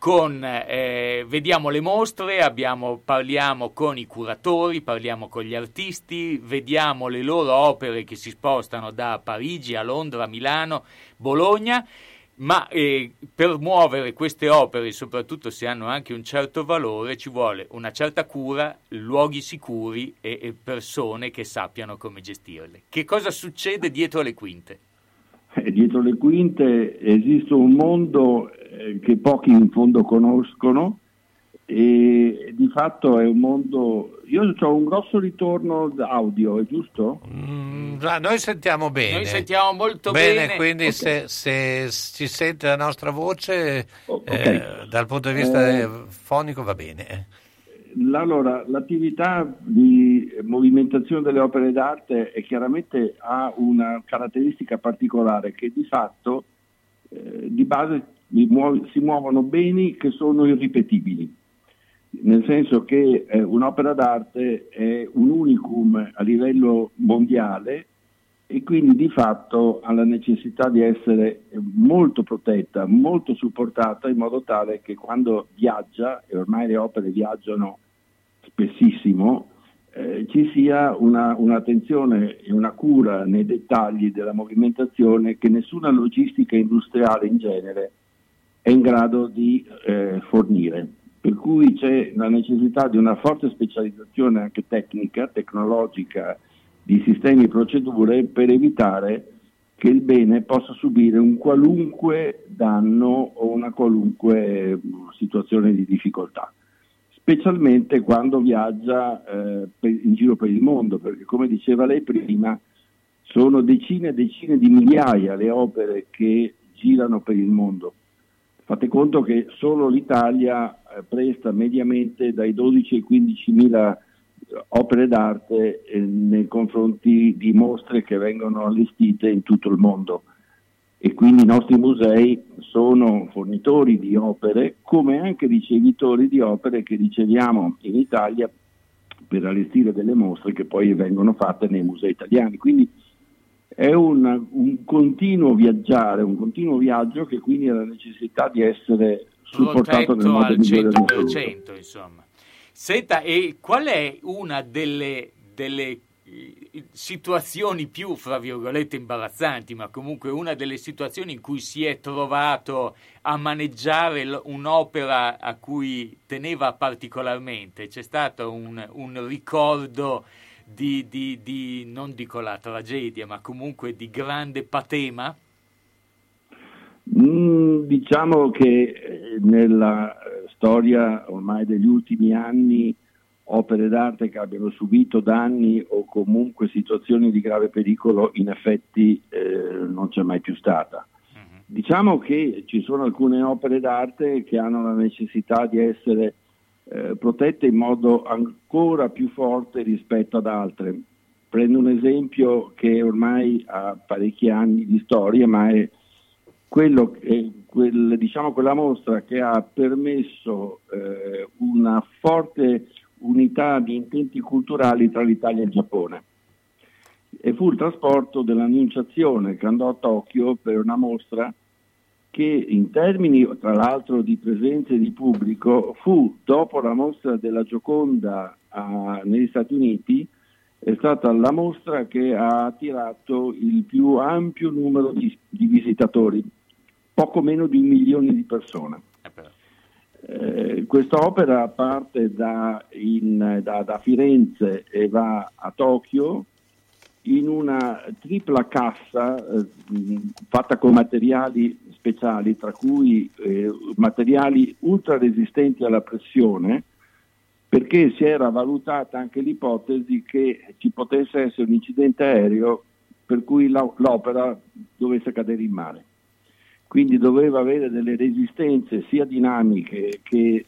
vediamo le mostre, parliamo con i curatori, parliamo con gli artisti, vediamo le loro opere che si spostano da Parigi a Londra, a Milano, Bologna. Ma per muovere queste opere, soprattutto se hanno anche un certo valore, ci vuole una certa cura, luoghi sicuri e persone che sappiano come gestirle. Che cosa succede dietro le quinte? Dietro le quinte esiste un mondo che pochi in fondo conoscono, e di fatto è un mondo. Io ho un grosso ritorno audio, è giusto? Noi sentiamo bene. Noi sentiamo molto bene. Quindi okay. se si sente la nostra voce okay. Dal punto di vista fonico va bene. Allora, l'attività di movimentazione delle opere d'arte chiaramente ha una caratteristica particolare, che di fatto di base si muovono beni che sono irripetibili. Nel senso che un'opera d'arte è un unicum a livello mondiale e quindi di fatto ha la necessità di essere molto protetta, molto supportata, in modo tale che quando viaggia, e ormai le opere viaggiano spessissimo, ci sia un'attenzione e una cura nei dettagli della movimentazione che nessuna logistica industriale in genere è in grado di fornire. Per cui c'è la necessità di una forte specializzazione anche tecnica, tecnologica, di sistemi e procedure per evitare che il bene possa subire un qualunque danno o una qualunque situazione di difficoltà, specialmente quando viaggia in giro per il mondo, perché come diceva lei prima sono decine e decine di migliaia le opere che girano per il mondo. Fate conto che solo l'Italia presta mediamente dai 12 ai 15 mila opere d'arte nei confronti di mostre che vengono allestite in tutto il mondo, e quindi i nostri musei sono fornitori di opere come anche ricevitori di opere che riceviamo in Italia per allestire delle mostre che poi vengono fatte nei musei italiani. Quindi è un continuo viaggiare, un continuo viaggio che quindi ha la necessità di essere supportato nel modo al migliore 100%, insomma. Senta, e qual è una delle situazioni più, fra virgolette, imbarazzanti, ma comunque una delle situazioni in cui si è trovato a maneggiare un'opera a cui teneva particolarmente? C'è stato un ricordo di non dico la tragedia, ma comunque di grande patema? Diciamo che nella storia ormai degli ultimi anni opere d'arte che abbiano subito danni o comunque situazioni di grave pericolo in effetti non c'è mai più stata. Diciamo che ci sono alcune opere d'arte che hanno la necessità di essere protette in modo ancora più forte rispetto ad altre. Prendo un esempio che ormai ha parecchi anni di storia, ma è quella mostra che ha permesso una forte unità di intenti culturali tra l'Italia e il Giappone, e fu il trasporto dell'Annunciazione che andò a Tokyo per una mostra che in termini tra l'altro di presenze di pubblico fu, dopo la mostra della Gioconda negli Stati Uniti, è stata la mostra che ha attirato il più ampio numero di visitatori, poco meno di 1 milione di persone. Questa opera parte da Firenze e va a Tokyo in una tripla cassa fatta con materiali speciali, tra cui materiali ultra resistenti alla pressione, perché si era valutata anche l'ipotesi che ci potesse essere un incidente aereo per cui l'opera dovesse cadere in mare. Quindi doveva avere delle resistenze sia dinamiche che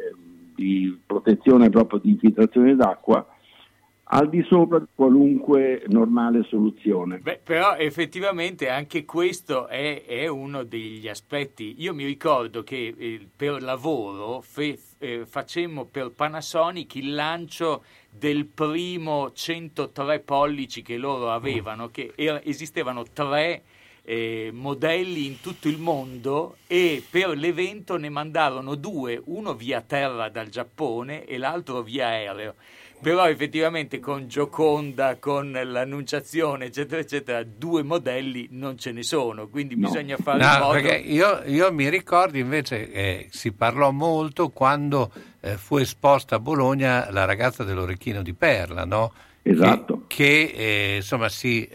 di protezione proprio di infiltrazione d'acqua, al di sopra di qualunque normale soluzione. Però effettivamente anche questo è uno degli aspetti. Io mi ricordo che per lavoro facemmo per Panasonic il lancio del primo 103 pollici che loro avevano, che esistevano 3 modelli in tutto il mondo, e per l'evento ne mandarono 2, uno via terra dal Giappone e l'altro via aereo. Però effettivamente con Gioconda, con l'Annunciazione, eccetera, eccetera, 2 modelli non ce ne sono, quindi bisogna fare in modo... Perché io mi ricordo invece si parlò molto quando fu esposta a Bologna la ragazza dell'Orecchino di Perla, no? Esatto. Che insomma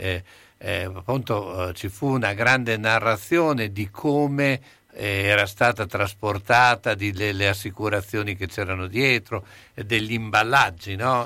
appunto ci fu una grande narrazione di come era stata trasportata, delle assicurazioni che c'erano dietro, degli imballaggi, no?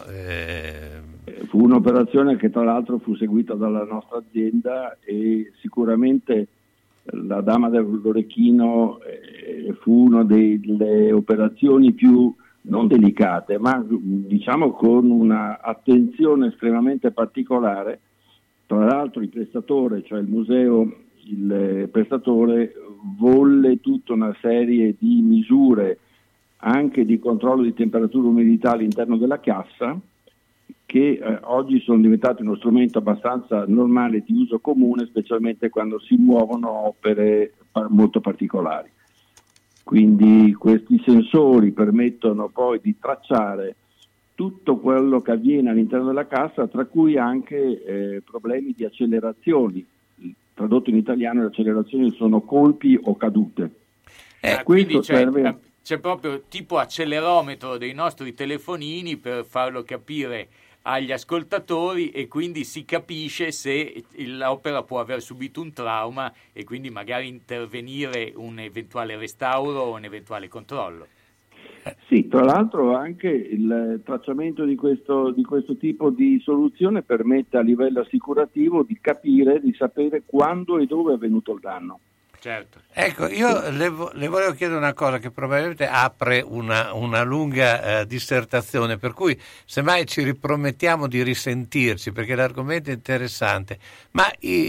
Fu un'operazione che tra l'altro fu seguita dalla nostra azienda, e sicuramente la Dama dell'Orecchino fu una delle operazioni più non delicate, ma diciamo con una attenzione estremamente particolare. Tra l'altro il prestatore, cioè il museo, il prestatore volle tutta una serie di misure anche di controllo di temperatura e umidità all'interno della cassa, che oggi sono diventati uno strumento abbastanza normale di uso comune, specialmente quando si muovono opere molto particolari. Quindi questi sensori permettono poi di tracciare tutto quello che avviene all'interno della cassa, tra cui anche problemi di accelerazioni. Tradotto in italiano, le accelerazioni sono colpi o cadute. Quindi c'è proprio tipo accelerometro dei nostri telefonini per farlo capire agli ascoltatori, e quindi si capisce se l'opera può aver subito un trauma e quindi magari intervenire un eventuale restauro o un eventuale controllo. Sì, tra l'altro anche il tracciamento di questo tipo di soluzione permette a livello assicurativo di capire, di sapere quando e dove è avvenuto il danno. Certo. Ecco, io le volevo chiedere una cosa che probabilmente apre una lunga dissertazione, per cui semmai ci ripromettiamo di risentirci, perché l'argomento è interessante, ma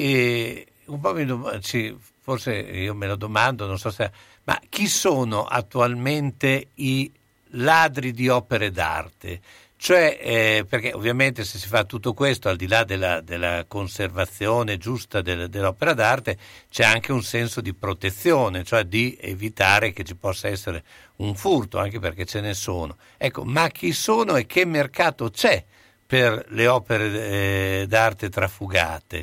un po' forse io me lo domando, non so se... Ma chi sono attualmente i ladri di opere d'arte? Cioè, perché ovviamente se si fa tutto questo, al di là della conservazione giusta dell'opera d'arte, c'è anche un senso di protezione, cioè di evitare che ci possa essere un furto, anche perché ce ne sono. Ecco, ma chi sono e che mercato c'è per le opere d'arte trafugate?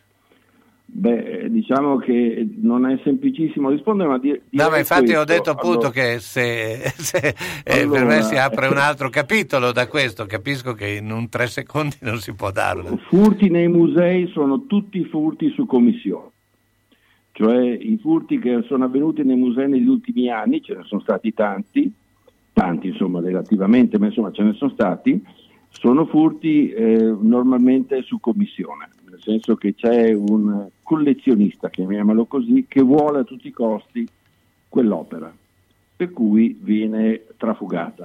Beh, diciamo che non è semplicissimo rispondere, ma no, ma infatti ho detto appunto che se per me si apre un altro capitolo da questo, capisco che in un 3 secondi non si può darlo. Furti nei musei sono tutti furti su commissione, cioè i furti che sono avvenuti nei musei negli ultimi anni, ce ne sono stati tanti insomma relativamente, ma insomma ce ne sono stati, sono furti normalmente su commissione. Nel senso che c'è un collezionista, chiamiamolo così, che vuole a tutti i costi quell'opera, per cui viene trafugata.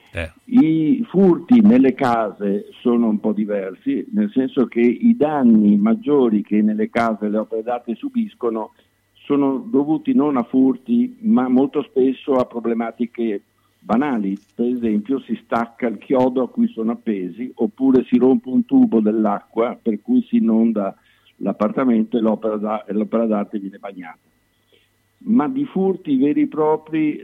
I furti nelle case sono un po' diversi, nel senso che i danni maggiori che nelle case le opere d'arte subiscono sono dovuti non a furti, ma molto spesso a problematiche banali. Per esempio si stacca il chiodo a cui sono appesi, oppure si rompe un tubo dell'acqua per cui si inonda l'appartamento e l'opera d'arte viene bagnata. Ma di furti veri e propri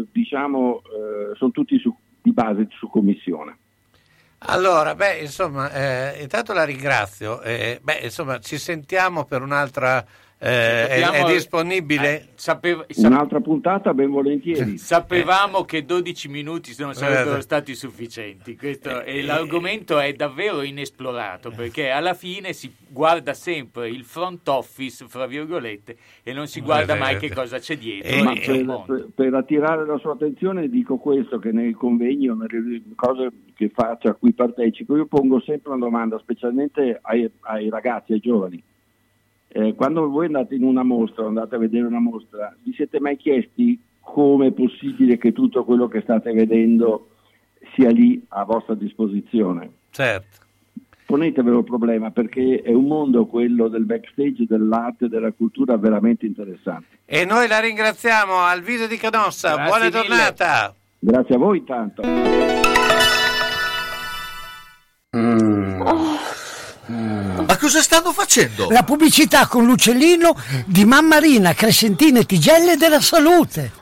sono tutti di base su commissione. Allora, intanto la ringrazio, ci sentiamo per un'altra... è disponibile? Un'altra puntata ben volentieri. Sapevamo che 12 minuti non sarebbero stati sufficienti. E l'argomento è davvero inesplorato, perché alla fine si guarda sempre il front office, fra virgolette, e non si guarda mai che cosa c'è dietro. Ma per attirare la sua attenzione dico questo, che nel convegno, nelle cose che faccio, a cui partecipo, io pongo sempre una domanda, specialmente ai ragazzi, ai giovani. Quando voi andate in una mostra, andate a vedere una mostra, vi siete mai chiesti come è possibile che tutto quello che state vedendo sia lì a vostra disposizione? Certo. Ponetevelo il problema, perché è un mondo, quello del backstage, dell'arte e della cultura, veramente interessante. E noi la ringraziamo, Alvise di Canossa. Grazie, buona giornata. Grazie a voi intanto. Ma cosa stanno facendo? La pubblicità con l'uccellino di Mammarina, Crescentine e Tigelle della Salute.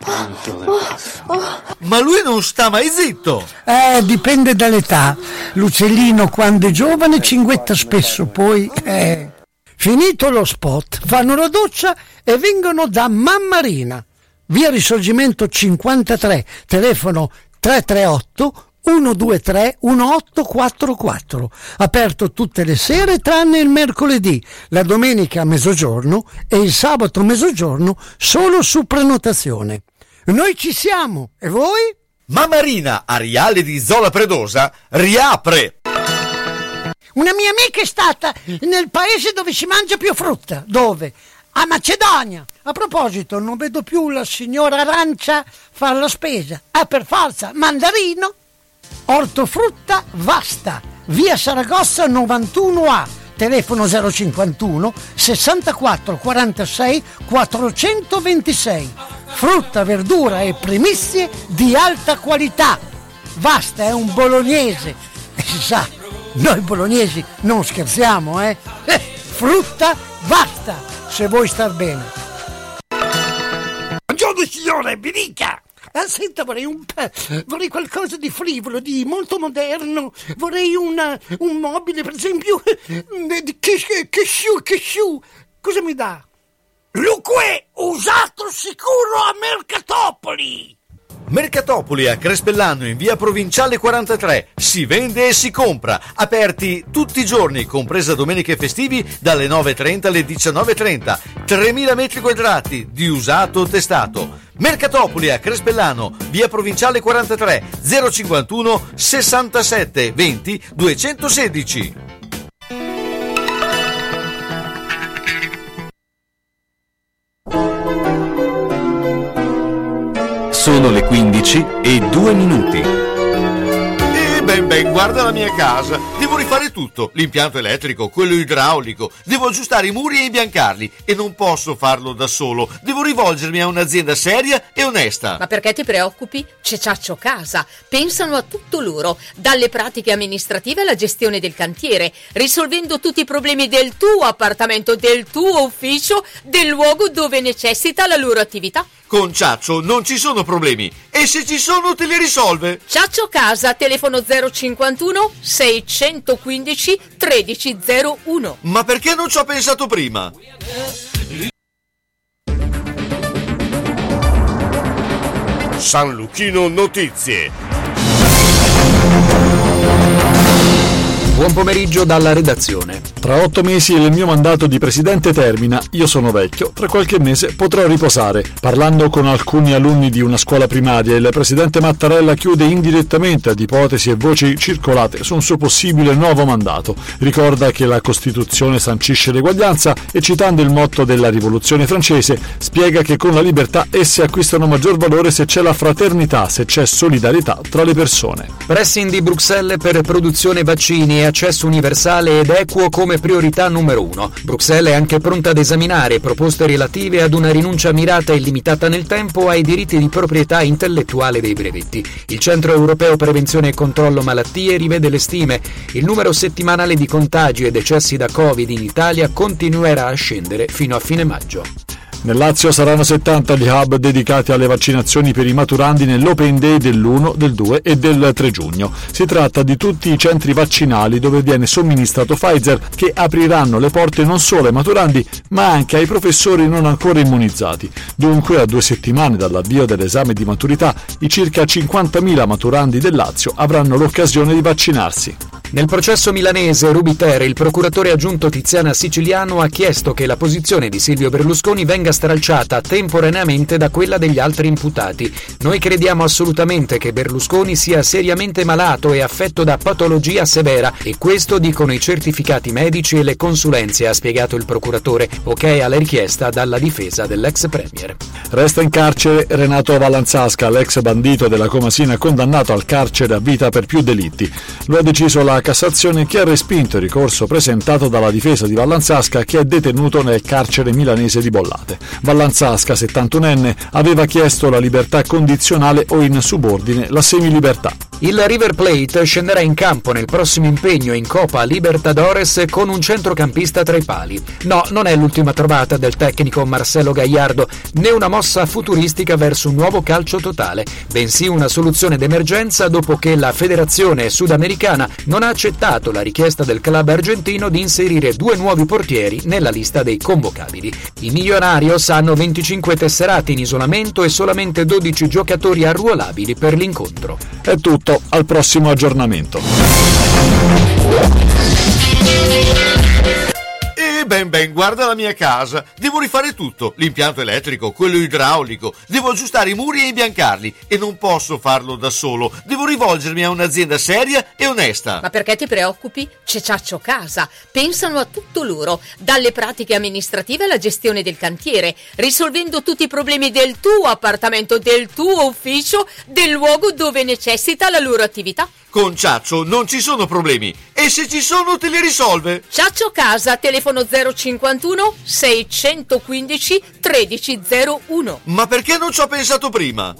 Ma lui non sta mai zitto. Dipende dall'età. L'uccellino quando è giovane cinguetta spesso, poi finito lo spot fanno la doccia e vengono da Mammarina. Via Risorgimento 53, telefono 338 123 1844, aperto tutte le sere tranne il mercoledì, la domenica a mezzogiorno e il sabato a mezzogiorno solo su prenotazione. Noi ci siamo, e voi? Mammarina, Ariale di Zola Predosa, riapre! Una mia amica è stata nel paese dove si mangia più frutta. Dove? A Macedonia. A proposito, non vedo più la signora Arancia fare la spesa. Per forza, mandarino. Ortofrutta Vasta, via Saragozza 91A, telefono 051 64 46 426. Frutta, verdura e primizie di alta qualità. Vasta è un bolognese, si sa. Noi bolognesi non scherziamo, eh? Frutta, basta, se vuoi star bene. Buongiorno signore, mi dica! Senta, vorrei qualcosa di frivolo, di molto moderno. Vorrei un mobile, per esempio, che sciù. Cosa mi dà? Luque, usato sicuro a Mercatopoli! Mercatopoli a Crespellano in via Provinciale 43. Si vende e si compra. Aperti tutti i giorni, compresa domeniche e festivi, dalle 9.30 alle 19.30. 3.000 metri quadrati di usato testato. Mercatopoli a Crespellano, via Provinciale 43, 051 67 20 216. Sono le 15:02. Ben, guarda la mia casa. Devo rifare tutto, l'impianto elettrico, quello idraulico. Devo aggiustare i muri e imbiancarli e non posso farlo da solo. Devo rivolgermi a un'azienda seria e onesta. Ma perché ti preoccupi? C'è Ciaccio Casa. Pensano a tutto loro, dalle pratiche amministrative alla gestione del cantiere, risolvendo tutti i problemi del tuo appartamento, del tuo ufficio, del luogo dove necessita la loro attività. Con Ciaccio non ci sono problemi e se ci sono te li risolve. Ciaccio Casa, telefono 051 615 1301. Ma perché non ci ho pensato prima? San Luchino Notizie. Buon pomeriggio dalla redazione. Tra 8 mesi il mio mandato di presidente termina, io sono vecchio, tra qualche mese potrò riposare. Parlando con alcuni alunni di una scuola primaria, il presidente Mattarella chiude indirettamente ad ipotesi e voci circolate su un suo possibile nuovo mandato. Ricorda che la Costituzione sancisce l'eguaglianza e, citando il motto della Rivoluzione francese, spiega che con la libertà esse acquistano maggior valore se c'è la fraternità, se c'è solidarietà tra le persone. Pressing di Bruxelles per produzione vaccini e accesso universale ed equo come priorità numero 1. Bruxelles è anche pronta ad esaminare proposte relative ad una rinuncia mirata e limitata nel tempo ai diritti di proprietà intellettuale dei brevetti. Il Centro Europeo Prevenzione e Controllo Malattie rivede le stime. Il numero settimanale di contagi e decessi da Covid in Italia continuerà a scendere fino a fine maggio. Nel Lazio saranno 70 gli hub dedicati alle vaccinazioni per i maturandi nell'Open Day dell'1, del 2 e del 3 giugno. Si tratta di tutti i centri vaccinali dove viene somministrato Pfizer, che apriranno le porte non solo ai maturandi ma anche ai professori non ancora immunizzati. Dunque, a 2 settimane dall'avvio dell'esame di maturità, i circa 50.000 maturandi del Lazio avranno l'occasione di vaccinarsi. Nel processo milanese Rubiter, il procuratore aggiunto Tiziana Siciliano ha chiesto che la posizione di Silvio Berlusconi venga stralciata temporaneamente da quella degli altri imputati. Noi crediamo assolutamente che Berlusconi sia seriamente malato e affetto da patologia severa, e questo dicono i certificati medici e le consulenze, ha spiegato il procuratore, ok alla richiesta dalla difesa dell'ex premier. Resta in carcere Renato Vallanzasca, l'ex bandito della Comasina condannato al carcere a vita per più delitti. Lo ha deciso la Cassazione, che ha respinto il ricorso presentato dalla difesa di Vallanzasca, che è detenuto nel carcere milanese di Bollate. Vallanzasca, 71enne, aveva chiesto la libertà condizionale o in subordine la semilibertà. Il River Plate scenderà in campo nel prossimo impegno in Copa Libertadores con un centrocampista tra i pali. No, non è l'ultima trovata del tecnico Marcelo Gallardo, né una mossa futuristica verso un nuovo calcio totale, bensì una soluzione d'emergenza dopo che la federazione sudamericana non ha accettato la richiesta del club argentino di inserire 2 nuovi portieri nella lista dei convocabili. I Millonarios hanno 25 tesserati in isolamento e solamente 12 giocatori arruolabili per l'incontro. È tutto, al prossimo aggiornamento. Ben, guarda la mia casa. Devo rifare tutto, l'impianto elettrico, quello idraulico. Devo aggiustare i muri e imbiancarli e non posso farlo da solo. Devo rivolgermi a un'azienda seria e onesta. Ma perché ti preoccupi? C'è Ciaccio Casa. Pensano a tutto loro, dalle pratiche amministrative alla gestione del cantiere, risolvendo tutti i problemi del tuo appartamento, del tuo ufficio, del luogo dove necessita la loro attività. Con Ciaccio non ci sono problemi e se ci sono te li risolve. Ciaccio Casa, telefono 051 615 1301. Ma perché non ci ho pensato prima?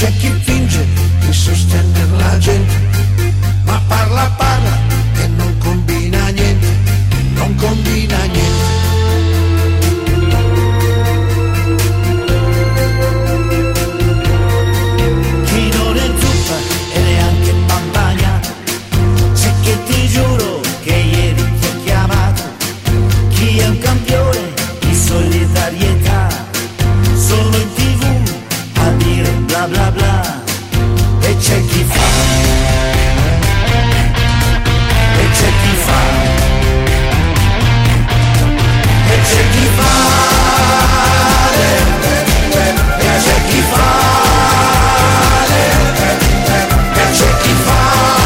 c'è chi finge di sostenere la gente, ma parla e non combina niente, non combina niente. Chi non è zuppa e neanche pampagna, c'è chi ti giuro che ieri ti ho chiamato, chi è un campione di solidarietà, sono in TV a dire bla bla bla, e c'è chi fa, e c'è chi fa, e c'è chi fa, e c'è chi fa, e c'è chi fa,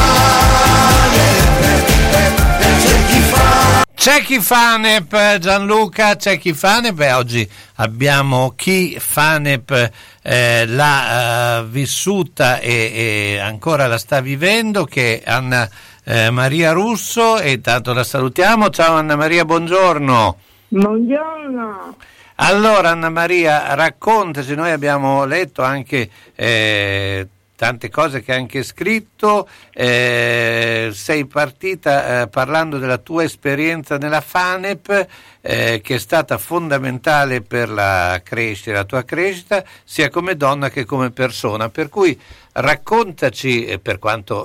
e c'è chi fa. C'è chi Fanep, Gianluca, c'è chi Fanep, e oggi abbiamo chi Fanep l'ha vissuta e ancora la sta vivendo, che è Anna Maria Russo, e intanto la salutiamo. Ciao Anna Maria, buongiorno. Buongiorno. Allora Anna Maria, raccontaci, noi abbiamo letto anche tante cose che hai anche scritto, sei partita parlando della tua esperienza nella Fanep, che è stata fondamentale per la tua crescita, sia come donna che come persona, per cui raccontaci, per quanto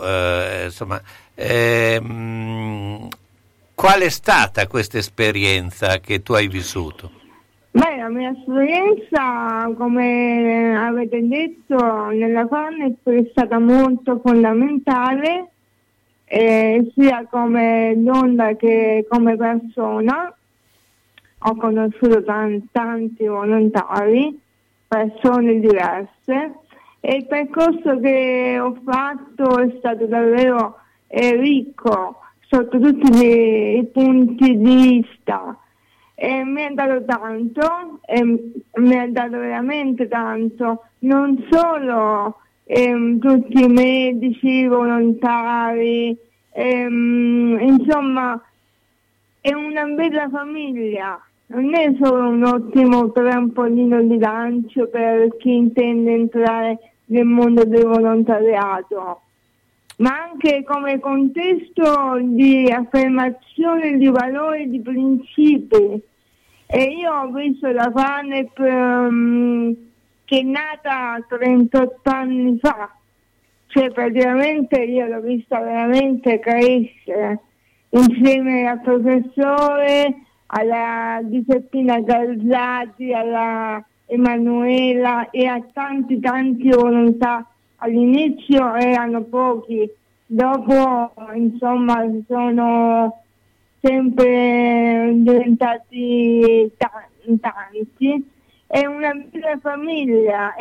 qual è stata questa esperienza che tu hai vissuto? Beh, la mia esperienza, come avete detto, nella Fanep è stata molto fondamentale, sia come donna che come persona. Ho conosciuto tanti volontari, persone diverse, e il percorso che ho fatto è stato davvero ricco sotto tutti i punti di vista. E mi ha dato tanto, mi ha dato veramente tanto, non solo tutti i medici, i volontari, insomma è una bella famiglia, non è solo un ottimo trampolino di lancio per chi intende entrare nel mondo del volontariato, ma anche come contesto di affermazione di valori, di principi. E io ho visto la Fanep che è nata 38 anni fa, cioè praticamente io l'ho vista veramente crescere insieme al professore, alla Giuseppina Garzati, alla Emanuela e a tanti volontà. All'inizio erano pochi, dopo insomma sono sempre diventati tanti. È una bella famiglia,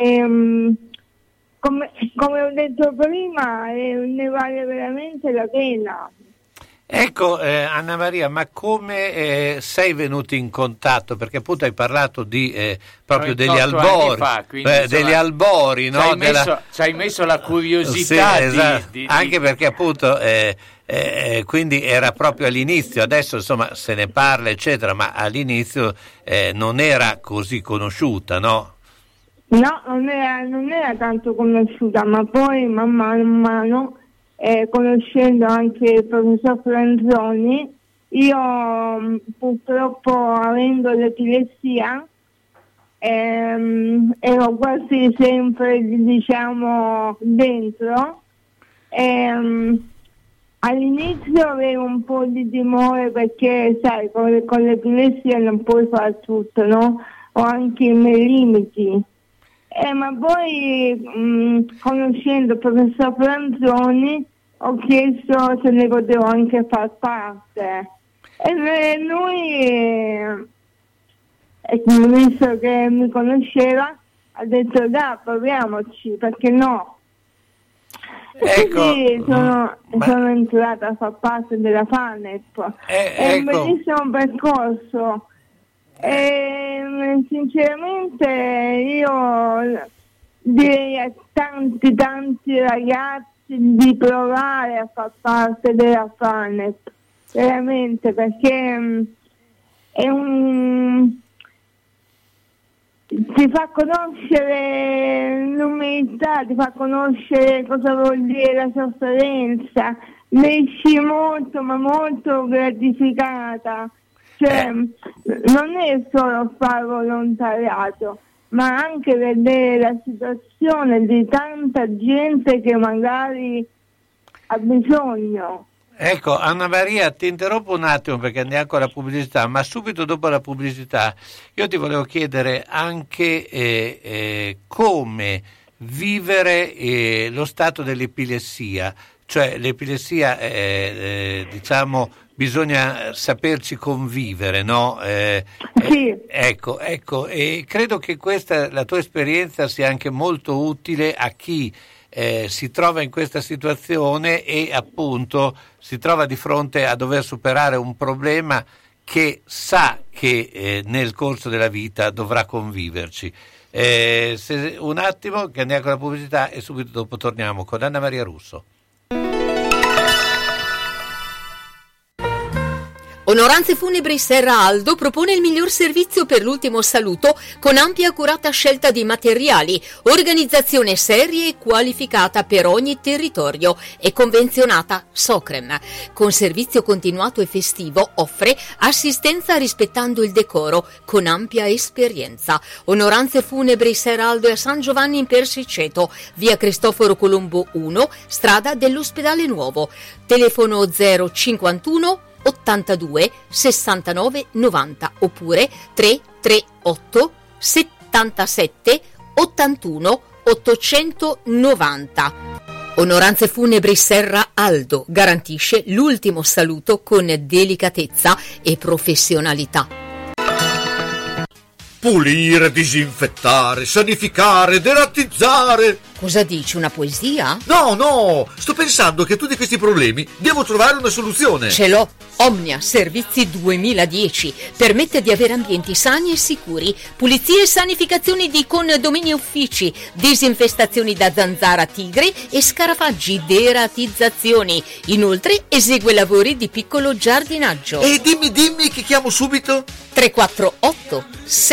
come ho detto prima, ne vale veramente la pena. Ecco, Anna Maria, ma come sei venuti in contatto? Perché appunto hai parlato di proprio degli albori, degli albori, no? Ci hai messo la curiosità, sì, esatto. Anche perché appunto quindi era proprio all'inizio, adesso insomma se ne parla eccetera, ma all'inizio non era così conosciuta, no? No, non era tanto conosciuta, ma poi man mano conoscendo anche il professor Franzoni, io purtroppo avendo l'epilessia ero quasi sempre dentro. All'inizio avevo un po' di timore perché sai con l'epilessia non puoi fare tutto, no? Ho anche i miei limiti. Ma poi conoscendo il professor Franzoni ho chiesto se ne potevo anche far parte, e lui, visto che mi conosceva, ha detto dai, proviamoci, perché no? E quindi sono entrata a far parte della Fanep. È un bellissimo percorso. Sinceramente io direi a tanti ragazzi di provare a far parte della Fanep, veramente, perché è ti fa conoscere l'umiltà, ti fa conoscere cosa vuol dire la sofferenza, ne esci molto ma molto gratificata, cioè non è solo fare volontariato, ma anche vedere la situazione di tanta gente che magari ha bisogno. Ecco, Anna Maria, ti interrompo un attimo perché andiamo con la pubblicità, ma subito dopo la pubblicità io ti volevo chiedere anche come vivere lo stato dell'epilessia, cioè l'epilessia diciamo bisogna saperci convivere, no? Sì. Ecco, e credo che questa, la tua esperienza sia anche molto utile a chi si trova in questa situazione e appunto si trova di fronte a dover superare un problema che sa che nel corso della vita dovrà conviverci. Un attimo che andiamo con la pubblicità e subito dopo torniamo con Anna Maria Russo. Onoranze Funebri Serra Aldo propone il miglior servizio per l'ultimo saluto con ampia e accurata scelta di materiali, organizzazione seria e qualificata per ogni territorio e convenzionata Socrem. Con servizio continuato e festivo offre assistenza rispettando il decoro con ampia esperienza. Onoranze Funebri Serra Aldo a San Giovanni in Persiceto, via Cristoforo Colombo 1, strada dell'Ospedale Nuovo. Telefono 051 82 69 90 oppure 338 77 81 890. Onoranze Funebri Serra Aldo garantisce l'ultimo saluto con delicatezza e professionalità. Pulire, disinfettare, sanificare, derattizzare. Cosa dici, una poesia? No, sto pensando che a tutti questi problemi devo trovare una soluzione. Ce l'ho. Omnia Servizi 2010 permette di avere ambienti sani e sicuri, pulizie e sanificazioni di condomini e uffici, disinfestazioni da zanzara tigre e scarafaggi, deratizzazioni. Inoltre esegue lavori di piccolo giardinaggio. E dimmi che chiamo subito. 348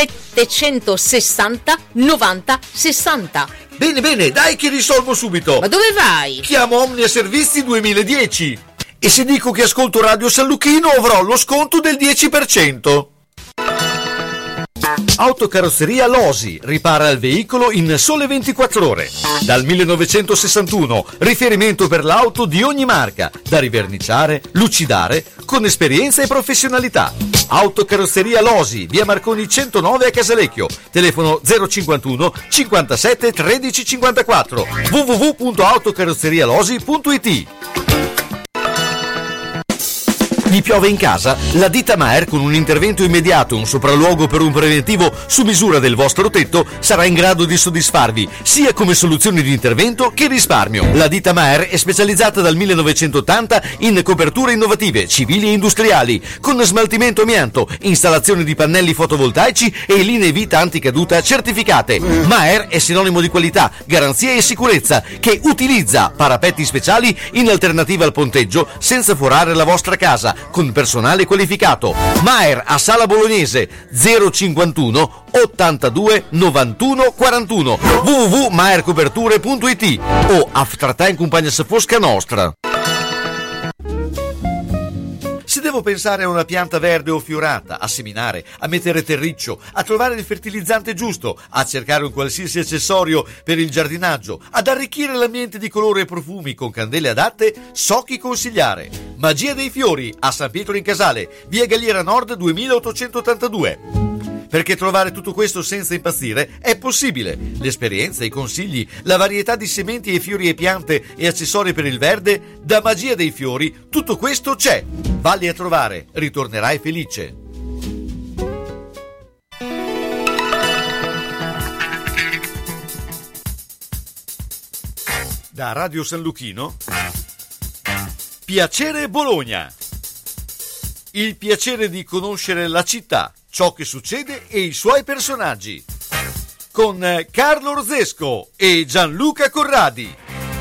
760 90 60. Bene, dai che risolvo subito. Ma dove vai? Chiamo Omnia Servizi 2010. E se dico che ascolto Radio San Luchino avrò lo sconto del 10%. Autocarrozzeria Losi ripara il veicolo in sole 24 ore. Dal 1961, riferimento per l'auto di ogni marca, da riverniciare, lucidare, con esperienza e professionalità. Autocarrozzeria Losi, via Marconi 109 a Casalecchio, telefono 051 57 13 54, www.autocarrozzerialosi.it. Gli piove in casa? La ditta Maer, con un intervento immediato, un sopralluogo per un preventivo su misura del vostro tetto, sarà in grado di soddisfarvi sia come soluzioni di intervento che risparmio. La ditta Maer è specializzata dal 1980 in coperture innovative, civili e industriali, con smaltimento amianto, installazione di pannelli fotovoltaici e linee vita anticaduta certificate. Maer è sinonimo di qualità, garanzia e sicurezza, che utilizza parapetti speciali in alternativa al ponteggio senza forare la vostra casa, con personale qualificato. Maer a Sala Bolognese 051 82 91 41, www.maercoperture.it o Aftrata in compagnia Fosca Nostra. Se devo pensare a una pianta verde o fiorata, a seminare, a mettere terriccio, a trovare il fertilizzante giusto, a cercare un qualsiasi accessorio per il giardinaggio, ad arricchire l'ambiente di colore e profumi con candele adatte, so chi consigliare. Magia dei Fiori a San Pietro in Casale, via Galliera Nord 2882. Perché trovare tutto questo senza impazzire è possibile. L'esperienza, i consigli, la varietà di sementi e fiori e piante e accessori per il verde, da Magia dei Fiori, tutto questo c'è. Valli a trovare, ritornerai felice. Da Radio San Luchino, Piacere Bologna. Il piacere di conoscere la città, ciò che succede e i suoi personaggi. Con Carlo Orzesco e Gianluca Corradi.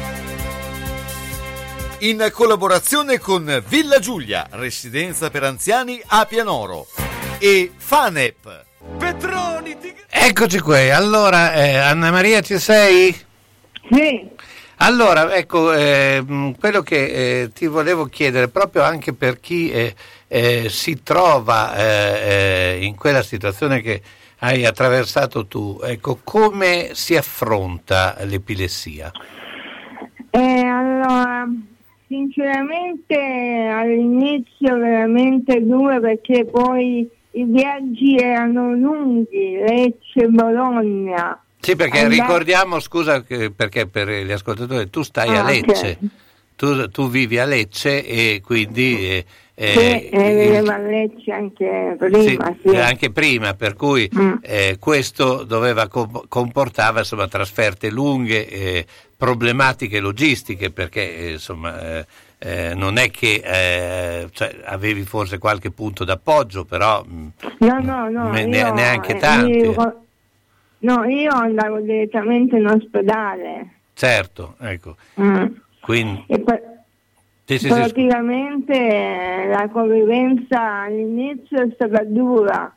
In collaborazione con Villa Giulia, residenza per anziani a Pianoro. E Fanep. Petroni Eccoci qui, allora Anna Maria ci sei? Sì. Allora, ecco, quello che ti volevo chiedere, proprio anche per chi si trova in quella situazione che hai attraversato tu, ecco, come si affronta l'epilessia? Allora, sinceramente all'inizio veramente duro, perché poi i viaggi erano lunghi, Lecce, Bologna. Sì, perché ricordiamo, scusa, perché per gli ascoltatori, tu stai a Lecce, tu vivi a Lecce e quindi... vivevo a Lecce anche prima. Sì. Anche prima, per cui questo comportava insomma trasferte lunghe, problematiche logistiche, perché insomma non è che cioè, avevi forse qualche punto d'appoggio, però no, neanche tanti. Io andavo direttamente in ospedale. Certo, ecco. Quindi praticamente la convivenza all'inizio è stata dura,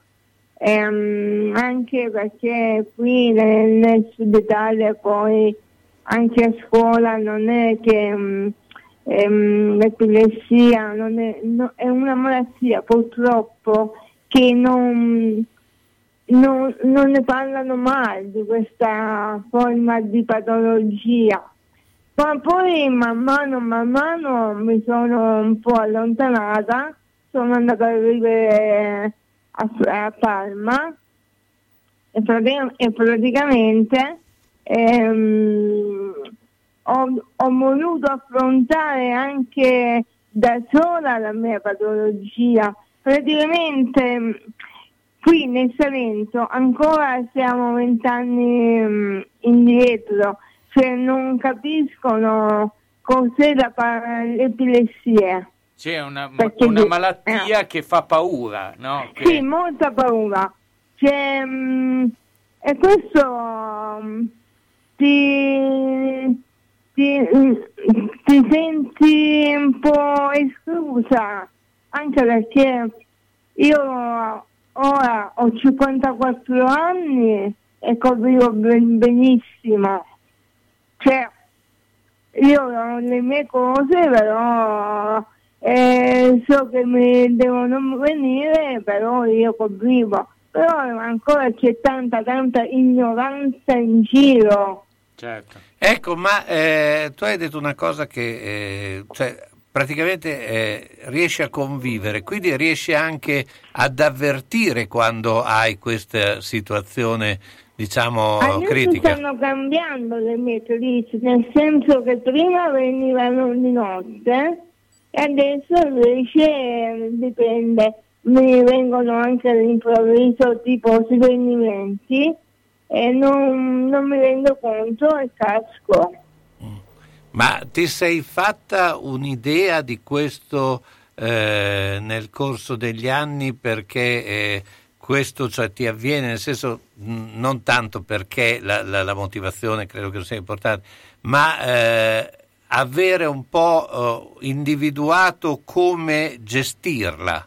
anche perché qui nel sud Italia poi anche a scuola non è che l'epilessia è una malattia purtroppo che non ne parlano mai di questa forma di patologia. Ma poi man mano mi sono un po' allontanata, sono andata a vivere a Parma e praticamente ho voluto affrontare anche da sola la mia patologia. Praticamente qui nel Salento ancora siamo 20 anni indietro, cioè non capiscono cos'è l'epilessia. C'è una malattia che fa paura, no? Sì, molta paura. Cioè, e questo ti senti un po' esclusa, anche perché io ora ho 54 anni e vivo benissimo. Cioè, io ho le mie cose, però so che mi devono venire, però io convivo. Però ancora c'è tanta ignoranza in giro. Certo. Ecco, ma tu hai detto una cosa che cioè, praticamente riesci a convivere, quindi riesci anche ad avvertire quando hai questa situazione, diciamo, adesso critica. Stanno cambiando le mie crisi, nel senso che prima venivano di notte e adesso invece dipende, mi vengono anche all'improvviso tipo svenimenti e non mi rendo conto e casco. Ma ti sei fatta un'idea di questo nel corso degli anni, perché questo cioè, ti avviene, nel senso non tanto perché la motivazione credo che sia importante, ma avere un po' individuato come gestirla?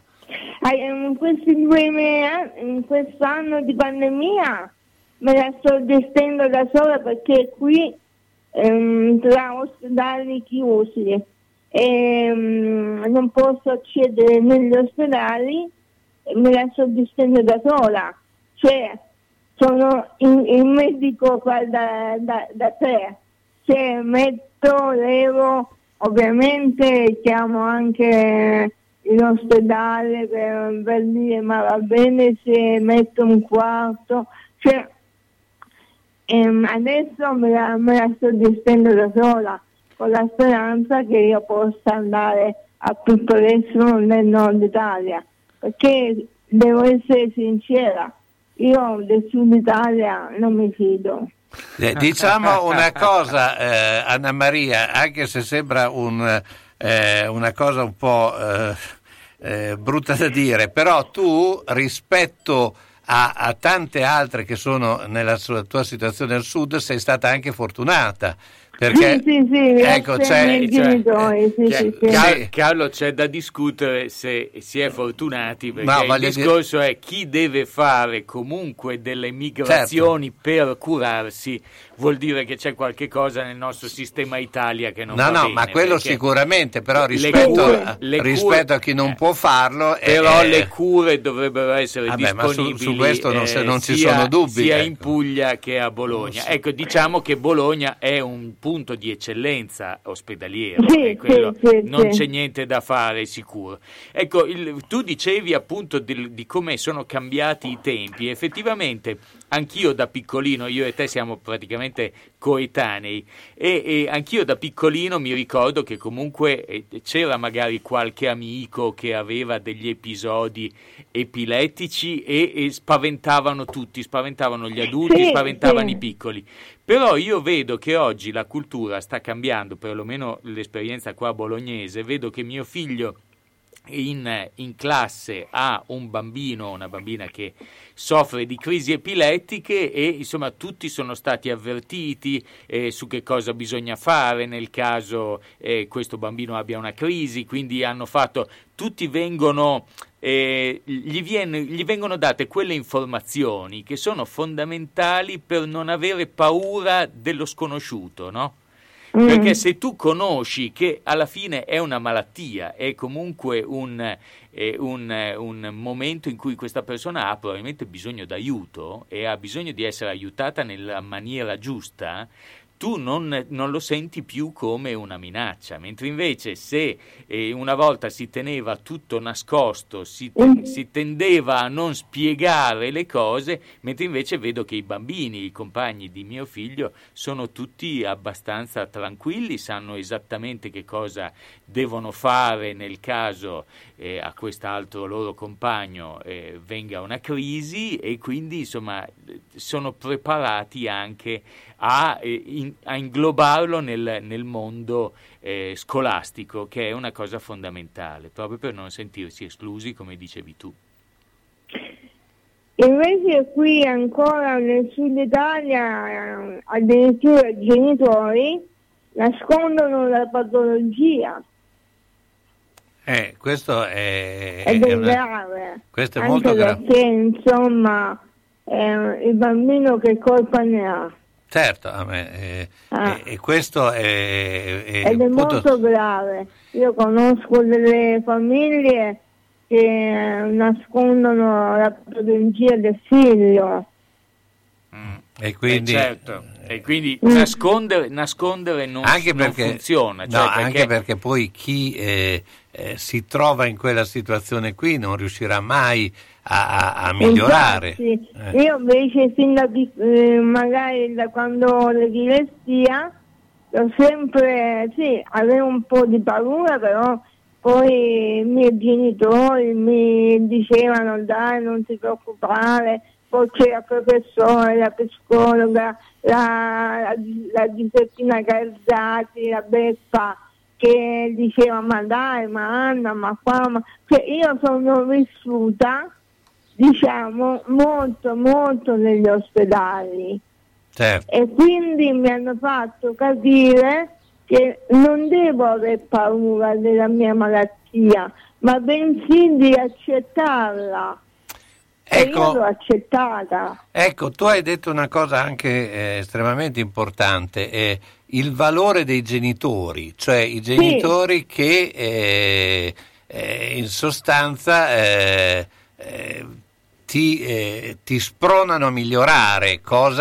In quest'anno di pandemia me la sto gestendo da sola, perché qui tra ospedali chiusi e non posso accedere negli ospedali, me la sto gestendo da sola, cioè sono il medico qua da te, cioè levo, ovviamente chiamo anche l'ospedale per dire ma va bene se metto un quarto, cioè adesso me la sto gestendo da sola, con la speranza che io possa andare a più presto nel nord Italia, perché devo essere sincera, io del sud Italia non mi fido. Diciamo una cosa, Anna Maria, anche se sembra una cosa un po' brutta da dire, però tu rispetto a tante altre che sono nella tua situazione al sud sei stata anche fortunata, Perché sì, ecco, Carlo, c'è da discutere se si è fortunati, perché No, il voglio discorso è chi deve fare comunque delle migrazioni per curarsi, vuol dire che c'è qualche cosa nel nostro sistema Italia che non va bene. No, ma quello perché sicuramente, però rispetto a chi non può farlo... Però le cure dovrebbero essere disponibili, ma su questo non ci sono dubbi. Sia in Puglia che a Bologna. Ecco, diciamo che Bologna è un punto di eccellenza ospedaliero, non c'è niente da fare, sicuro. Ecco, tu dicevi appunto di come sono cambiati i tempi. Effettivamente anch'io da piccolino, io e te siamo praticamente coetanei, e anch'io da piccolino mi ricordo che comunque c'era magari qualche amico che aveva degli episodi epilettici e spaventavano tutti, spaventavano gli adulti, spaventavano i piccoli. Però io vedo che oggi la cultura sta cambiando, perlomeno l'esperienza qua bolognese, vedo che mio figlio in classe ha un bambino o una bambina che soffre di crisi epilettiche e insomma tutti sono stati avvertiti su che cosa bisogna fare nel caso questo bambino abbia una crisi, quindi hanno fatto, tutti vengono gli vengono date quelle informazioni che sono fondamentali per non avere paura dello sconosciuto, no? Perché se tu conosci che alla fine è una malattia, è comunque un momento in cui questa persona ha probabilmente bisogno d'aiuto e ha bisogno di essere aiutata nella maniera giusta, tu non lo senti più come una minaccia, mentre invece se una volta si teneva tutto nascosto, si tendeva a non spiegare le cose, mentre invece vedo che i bambini, i compagni di mio figlio sono tutti abbastanza tranquilli, sanno esattamente che cosa devono fare nel caso a quest'altro loro compagno venga una crisi, e quindi insomma sono preparati anche a inglobarlo nel mondo scolastico, che è una cosa fondamentale, proprio per non sentirsi esclusi, come dicevi tu. Invece qui ancora nel sud Italia addirittura i genitori nascondono la patologia. Questo è grave. Questo è anche molto grave. Perché insomma il bambino che colpa ne ha? Certo, e questo ed è molto grave. Io conosco delle famiglie che nascondono la patologia del figlio. E quindi, e quindi nascondere non funziona. Cioè anche perché poi chi si trova in quella situazione qui non riuscirà mai a migliorare. Infatti, io invece sin da magari da quando ho l'epilessia ho sempre avevo un po' di paura, però poi i miei genitori mi dicevano dai, non ti preoccupare. Poi c'era il professore, la psicologa, la Giuseppina Garzati, la Beffa, che diceva ma dai, ma Anna, ma qua, cioè, io sono vissuta, diciamo, molto negli ospedali. Certo. E quindi mi hanno fatto capire che non devo aver paura della mia malattia, ma bensì di accettarla. Ecco, e io l'ho accettata. Ecco, tu hai detto una cosa anche estremamente importante, il valore dei genitori, cioè i genitori che in sostanza ti spronano a migliorare, cosa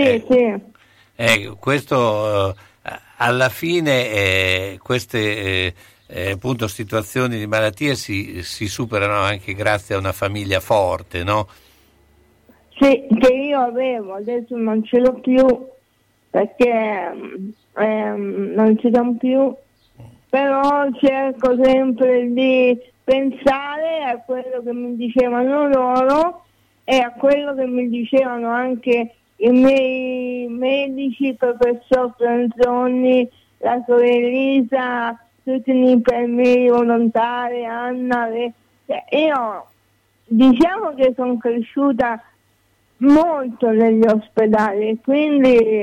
questo alla fine queste appunto situazioni di malattie si superano anche grazie a una famiglia forte, no? Sì, che io avevo, adesso non ce l'ho più perché non ci danno più, però cerco sempre di pensare a quello che mi dicevano loro e a quello che mi dicevano anche i miei medici, il professor Franzoni, la sorellisa, tutti gli infermieri volontari, Anna. Io diciamo che sono cresciuta molto negli ospedali, quindi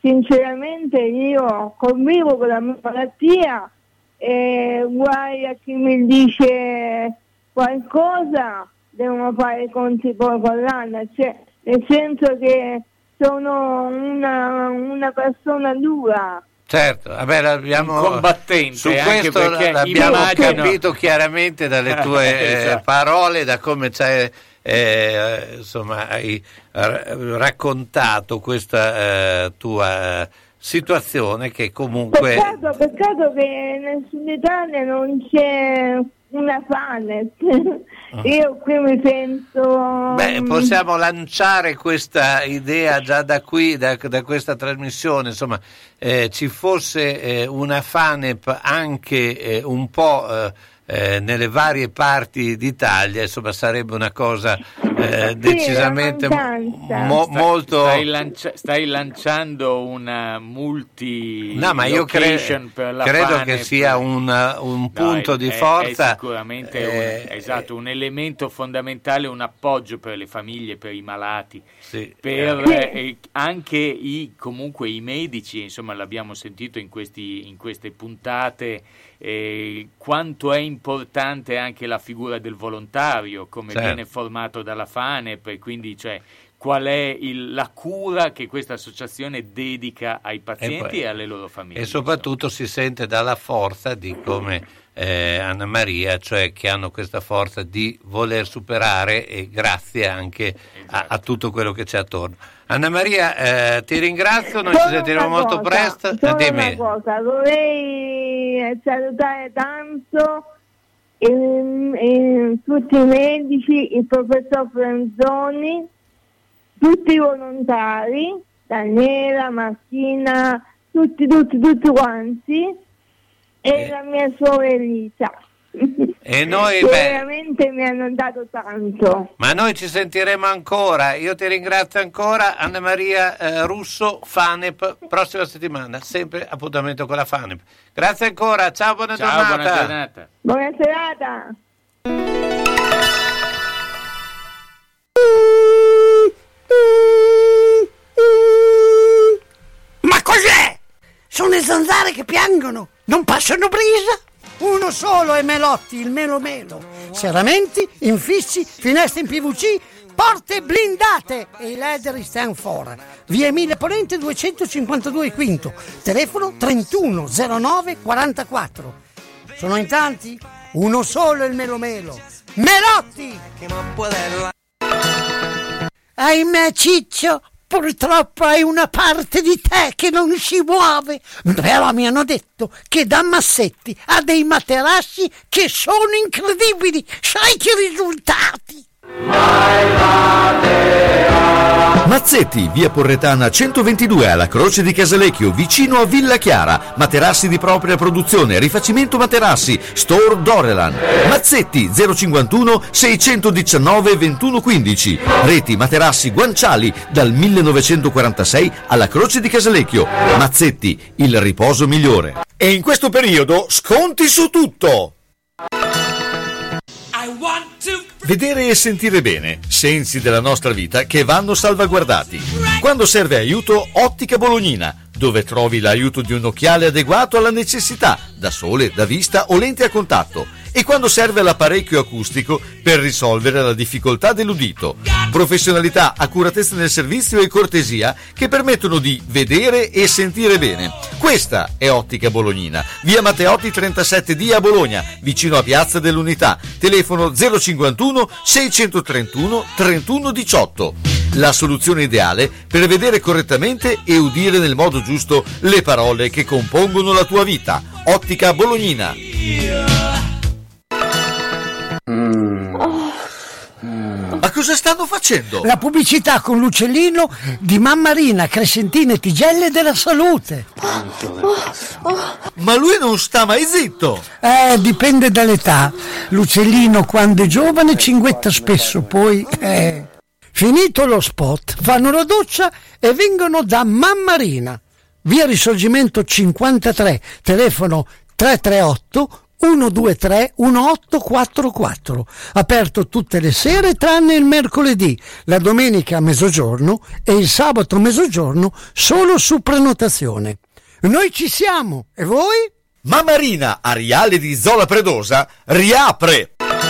sinceramente io convivo con la mia malattia e guai a chi mi dice qualcosa, devono fare i conti poi con l'ANA, cioè nel senso che sono una persona dura. Certo, vabbè, l'abbiamo combattente, su anche questo perché l'abbiamo immagino... capito chiaramente dalle tue esatto. parole, da come ci hai insomma hai raccontato questa tua situazione, che comunque peccato che nel Sud Italia non c'è una Fanep. Io qui mi penso... Beh, possiamo lanciare questa idea già da qui, da questa trasmissione, insomma, ci fosse una Fanep anche un po' nelle varie parti d'Italia, insomma sarebbe una cosa decisamente molto... Stai lanciando una multi no, ma io credo che sia un punto di forza, è sicuramente esatto, un elemento fondamentale, un appoggio per le famiglie, per i malati, per anche comunque i medici, insomma l'abbiamo sentito in queste puntate, quanto è importante anche la figura del volontario, come viene formato dalla Fanep, e quindi qual è la cura che questa associazione dedica ai pazienti e alle loro famiglie. E soprattutto si sente dalla forza di come Anna Maria, cioè che hanno questa forza di voler superare, e grazie anche a tutto quello che c'è attorno. Anna Maria, ti ringrazio, noi ci sentiremo molto presto. Una cosa, vorrei salutare tanto tutti i medici, il professor Franzoni, tutti i volontari, Daniela, Martina, tutti quanti, e la mia sorellita. E noi veramente mi hanno dato tanto. Ma noi ci sentiremo ancora. Io ti ringrazio ancora, Anna Maria Russo, Fanep, prossima settimana, sempre appuntamento con la Fanep. Grazie ancora, ciao, buona giornata. Buona giornata. Buona serata. Ma cos'è? Sono le zanzare che piangono, non passano brisa? Uno solo è Melotti, il Melo Melo. Serramenti, infissi, finestre in PVC, porte blindate e i leder stand for. Via Emile Ponente 252 Quinto, telefono 31 09 44. Sono in tanti? Uno solo è il Melo Melo. Melotti! Ahimè Ciccio, purtroppo hai una parte di te che non si muove, però mi hanno detto che da Massetti ha dei materassi che sono incredibili. Sai che risultati? Mazzetti, via Porretana 122 alla Croce di Casalecchio, vicino a Villa Chiara. Materassi di propria produzione, rifacimento materassi, Store Dorelan. Mazzetti 051 619 2115. Reti materassi guanciali dal 1946 alla Croce di Casalecchio. Mazzetti, il riposo migliore. E in questo periodo sconti su tutto. Vedere e sentire bene, sensi della nostra vita che vanno salvaguardati. Quando serve aiuto, Ottica Bolognina, dove trovi l'aiuto di un occhiale adeguato alla necessità, da sole, da vista o lente a contatto. E quando serve l'apparecchio acustico per risolvere la difficoltà dell'udito. Professionalità, accuratezza nel servizio e cortesia che permettono di vedere e sentire bene. Questa è Ottica Bolognina, via Matteotti 37D a Bologna, vicino a Piazza dell'Unità. Telefono 051 631 3118. La soluzione ideale per vedere correttamente e udire nel modo giusto le parole che compongono la tua vita. Ottica Bolognina. Ma cosa stanno facendo? La pubblicità con l'uccellino di Mammarina, Crescentine Tigelle della Salute. Ma lui non sta mai zitto. Dipende dall'età. L'uccellino quando è giovane cinguetta spesso, poi finito lo spot fanno la doccia e vengono da Mammarina. Via Risorgimento 53, telefono 338 123 1844, aperto tutte le sere tranne il mercoledì, la domenica a mezzogiorno e il sabato a mezzogiorno solo su prenotazione. Noi ci siamo, e voi? Mamarina Ariale di Zola Predosa riapre!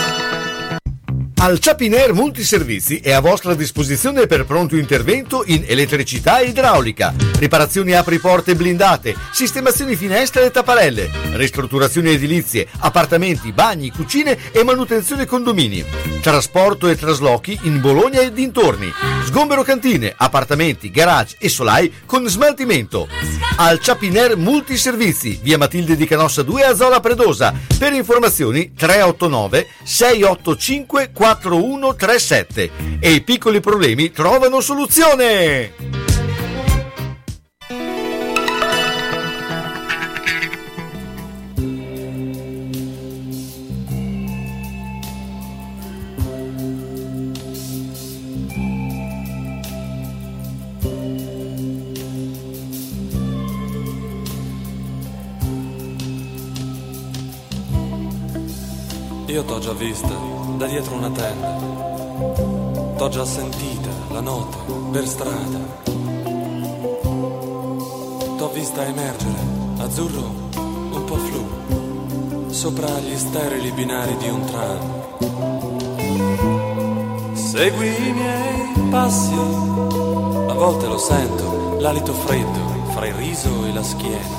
Al Chapinair Multiservizi è a vostra disposizione per pronto intervento in elettricità e idraulica, riparazioni apriporte blindate, sistemazioni finestre e tapparelle, ristrutturazioni edilizie, appartamenti, bagni, cucine e manutenzione condomini, trasporto e traslochi in Bologna e dintorni, sgombero cantine, appartamenti, garage e solai con smaltimento. Al Chapinair Multiservizi, via Matilde di Canossa 2 a Zola Predosa. Per informazioni 389 685 4137 e i piccoli problemi trovano soluzione. Io t'ho già vista da dietro una tenda, t'ho già sentita la notte per strada, t'ho vista emergere, azzurro, un po' flu, sopra gli sterili binari di un tram. Segui i miei passi, a volte lo sento, l'alito freddo fra il riso e la schiena.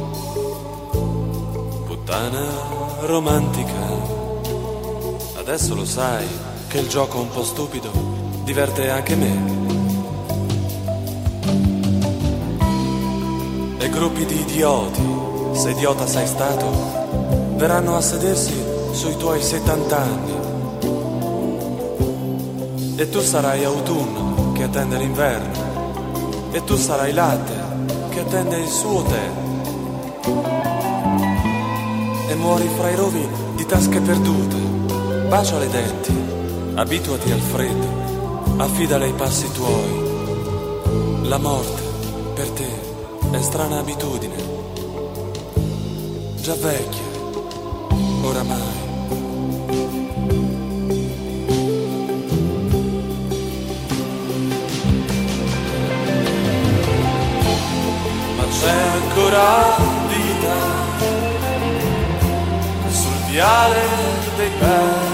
Puttana romantica, adesso lo sai che il gioco un po' stupido diverte anche me. E gruppi di idioti, se idiota sei stato, verranno a sedersi sui tuoi 70 anni. E tu sarai autunno che attende l'inverno, e tu sarai latte che attende il suo tè. E muori fra i rovi di tasche perdute. Bacia le denti, abituati al freddo, affidale ai passi tuoi. La morte, per te, è strana abitudine, già vecchia, oramai. Ma c'è ancora vita sul viale dei persi.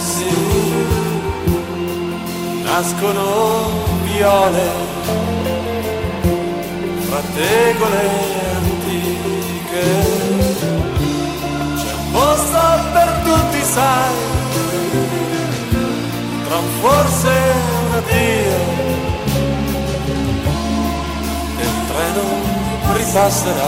Nascono viole fra tegole antiche. C'è un posto per tutti, sai, tra un forse e un addio, e il treno ripasserà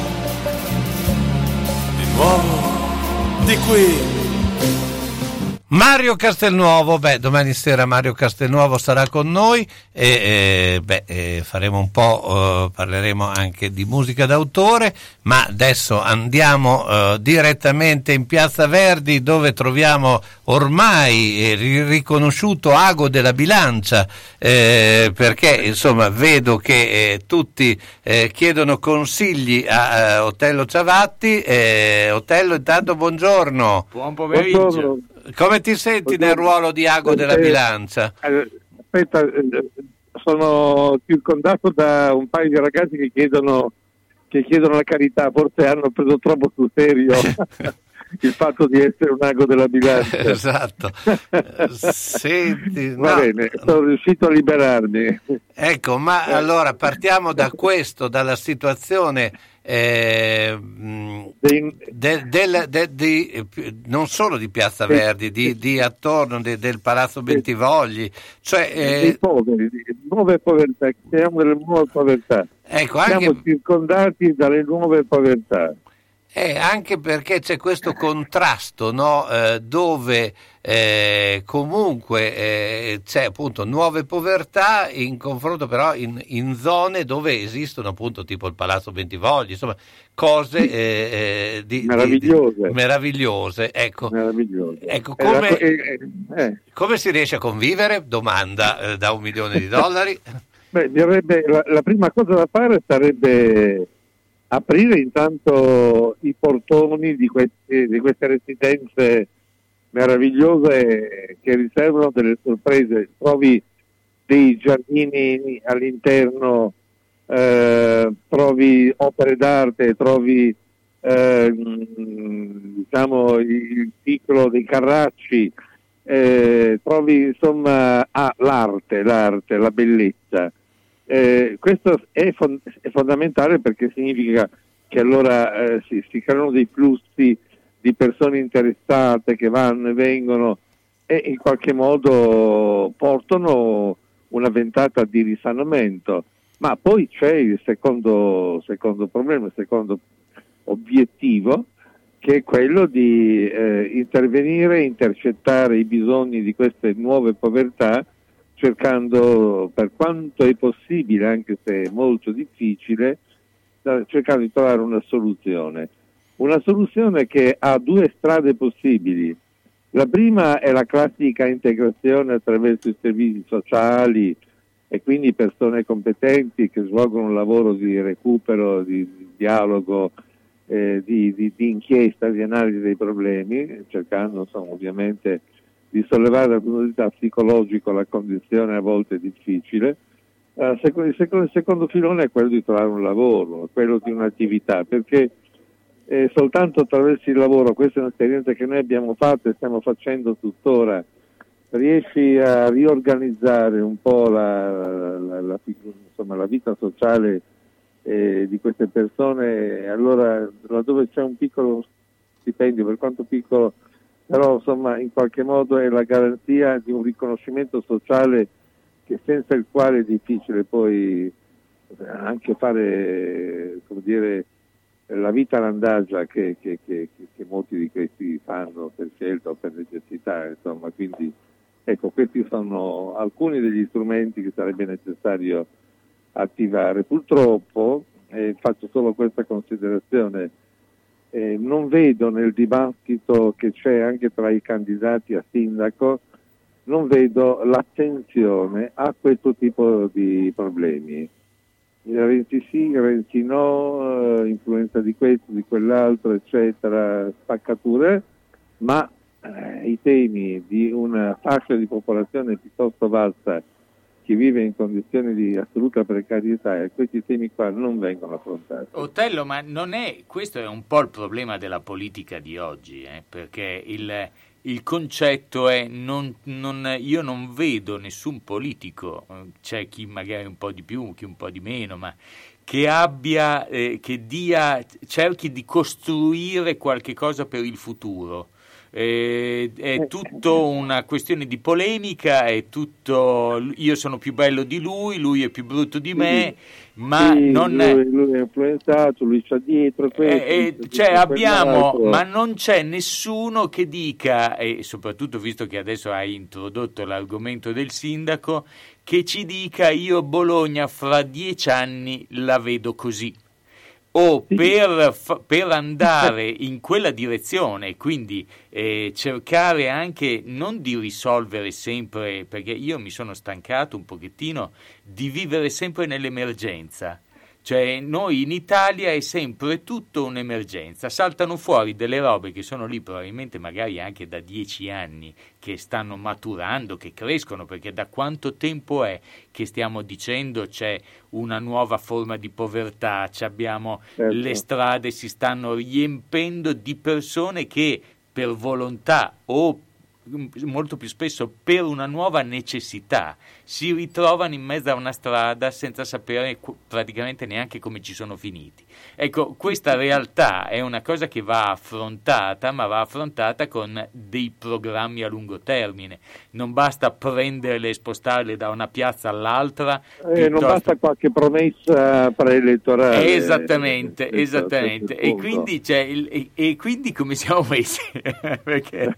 di nuovo di qui. Mario Castelnuovo, domani sera Mario Castelnuovo sarà con noi e faremo un po', parleremo anche di musica d'autore, ma adesso andiamo direttamente in Piazza Verdi, dove troviamo ormai riconosciuto Ago della Bilancia, perché insomma vedo che tutti chiedono consigli a Otello Ciavatti. Otello, intanto buongiorno. Buon pomeriggio. Buongiorno. Come ti senti nel ruolo di Ago della Bilancia? Aspetta, sono circondato da un paio di ragazzi che chiedono la carità, forse hanno preso troppo sul serio il fatto di essere un Ago della Bilancia. Esatto. Senti, Va bene, sono riuscito a liberarmi. Ecco, ma allora partiamo da questo, dalla situazione non solo di Piazza Verdi, di attorno del Palazzo Bentivogli, cioè dei poveri, nuove povertà, chiamiamo delle nuove povertà. Ecco, siamo circondati dalle nuove povertà. Anche perché c'è questo contrasto, no? Dove comunque c'è appunto nuove povertà in confronto però in zone dove esistono appunto tipo il Palazzo Bentivogli, insomma cose meravigliose. Meravigliose, ecco. Meravigliose. Ecco, come si riesce a convivere? Domanda da $1 milione. Beh, la prima cosa da fare sarebbe aprire intanto i portoni di queste residenze meravigliose che riservano delle sorprese. Trovi dei giardini all'interno, trovi opere d'arte, trovi diciamo il ciclo dei Carracci, trovi insomma l'arte, la bellezza. Questo è fondamentale, perché significa che allora si creano dei flussi di persone interessate che vanno e vengono e in qualche modo portano una ventata di risanamento. Ma poi c'è il secondo problema, il secondo obiettivo, che è quello di intervenire, intercettare i bisogni di queste nuove povertà, cercando, per quanto è possibile, anche se è molto difficile, cercando di trovare una soluzione che ha due strade possibili. La prima è la classica integrazione attraverso i servizi sociali, e quindi persone competenti che svolgono un lavoro di recupero, di dialogo, di inchiesta, di analisi dei problemi, cercando insomma, ovviamente di sollevare dal punto di vista psicologico la condizione a volte difficile. Il secondo filone è quello di trovare un lavoro, quello di un'attività, perché soltanto attraverso il lavoro, questa è un'esperienza che noi abbiamo fatto e stiamo facendo tuttora, riesci a riorganizzare un po' la vita sociale di queste persone. Allora, laddove c'è un piccolo stipendio, per quanto piccolo, però insomma in qualche modo è la garanzia di un riconoscimento sociale senza il quale è difficile poi anche fare, come dire, la vita randagia che molti di questi fanno per scelta o per necessità, insomma. Quindi ecco, questi sono alcuni degli strumenti che sarebbe necessario attivare. Purtroppo, faccio solo questa considerazione, non vedo nel dibattito che c'è anche tra i candidati a sindaco, non vedo l'attenzione a questo tipo di problemi. Renzi sì, Renzi no, influenza di questo, di quell'altro, eccetera, spaccature, ma i temi di una fascia di popolazione piuttosto vasta che vive in condizioni di assoluta precarietà, e questi temi qua non vengono affrontati. Otello, ma non è, questo è un po' il problema della politica di oggi, perché il concetto è io non vedo nessun politico, c'è chi magari un po' di più, chi un po' di meno, ma che abbia, cerchi di costruire qualche cosa per il futuro. È tutto una questione di polemica, è tutto io sono più bello di lui è più brutto di me, ma non è lui è influenzato, lui c'ha dietro ma non c'è nessuno che dica, e soprattutto visto che adesso hai introdotto l'argomento del sindaco, che ci dica: io Bologna fra 10 anni la vedo così, o per andare in quella direzione, quindi cercare anche non di risolvere sempre, perché io mi sono stancato un pochettino di vivere sempre nell'emergenza. Cioè, noi in Italia è sempre tutto un'emergenza, saltano fuori delle robe che sono lì probabilmente magari anche da 10 anni, che stanno maturando, che crescono, perché da quanto tempo è che stiamo dicendo c'è una nuova forma di povertà, abbiamo le strade si stanno riempendo di persone che per volontà o molto più spesso per una nuova necessità si ritrovano in mezzo a una strada senza sapere praticamente neanche come ci sono finiti. Ecco, questa realtà è una cosa che va affrontata, ma va affrontata con dei programmi a lungo termine. Non basta prenderle e spostarle da una piazza all'altra, non basta qualche promessa preelettorale. Esattamente. E quindi e quindi come siamo messi? Perché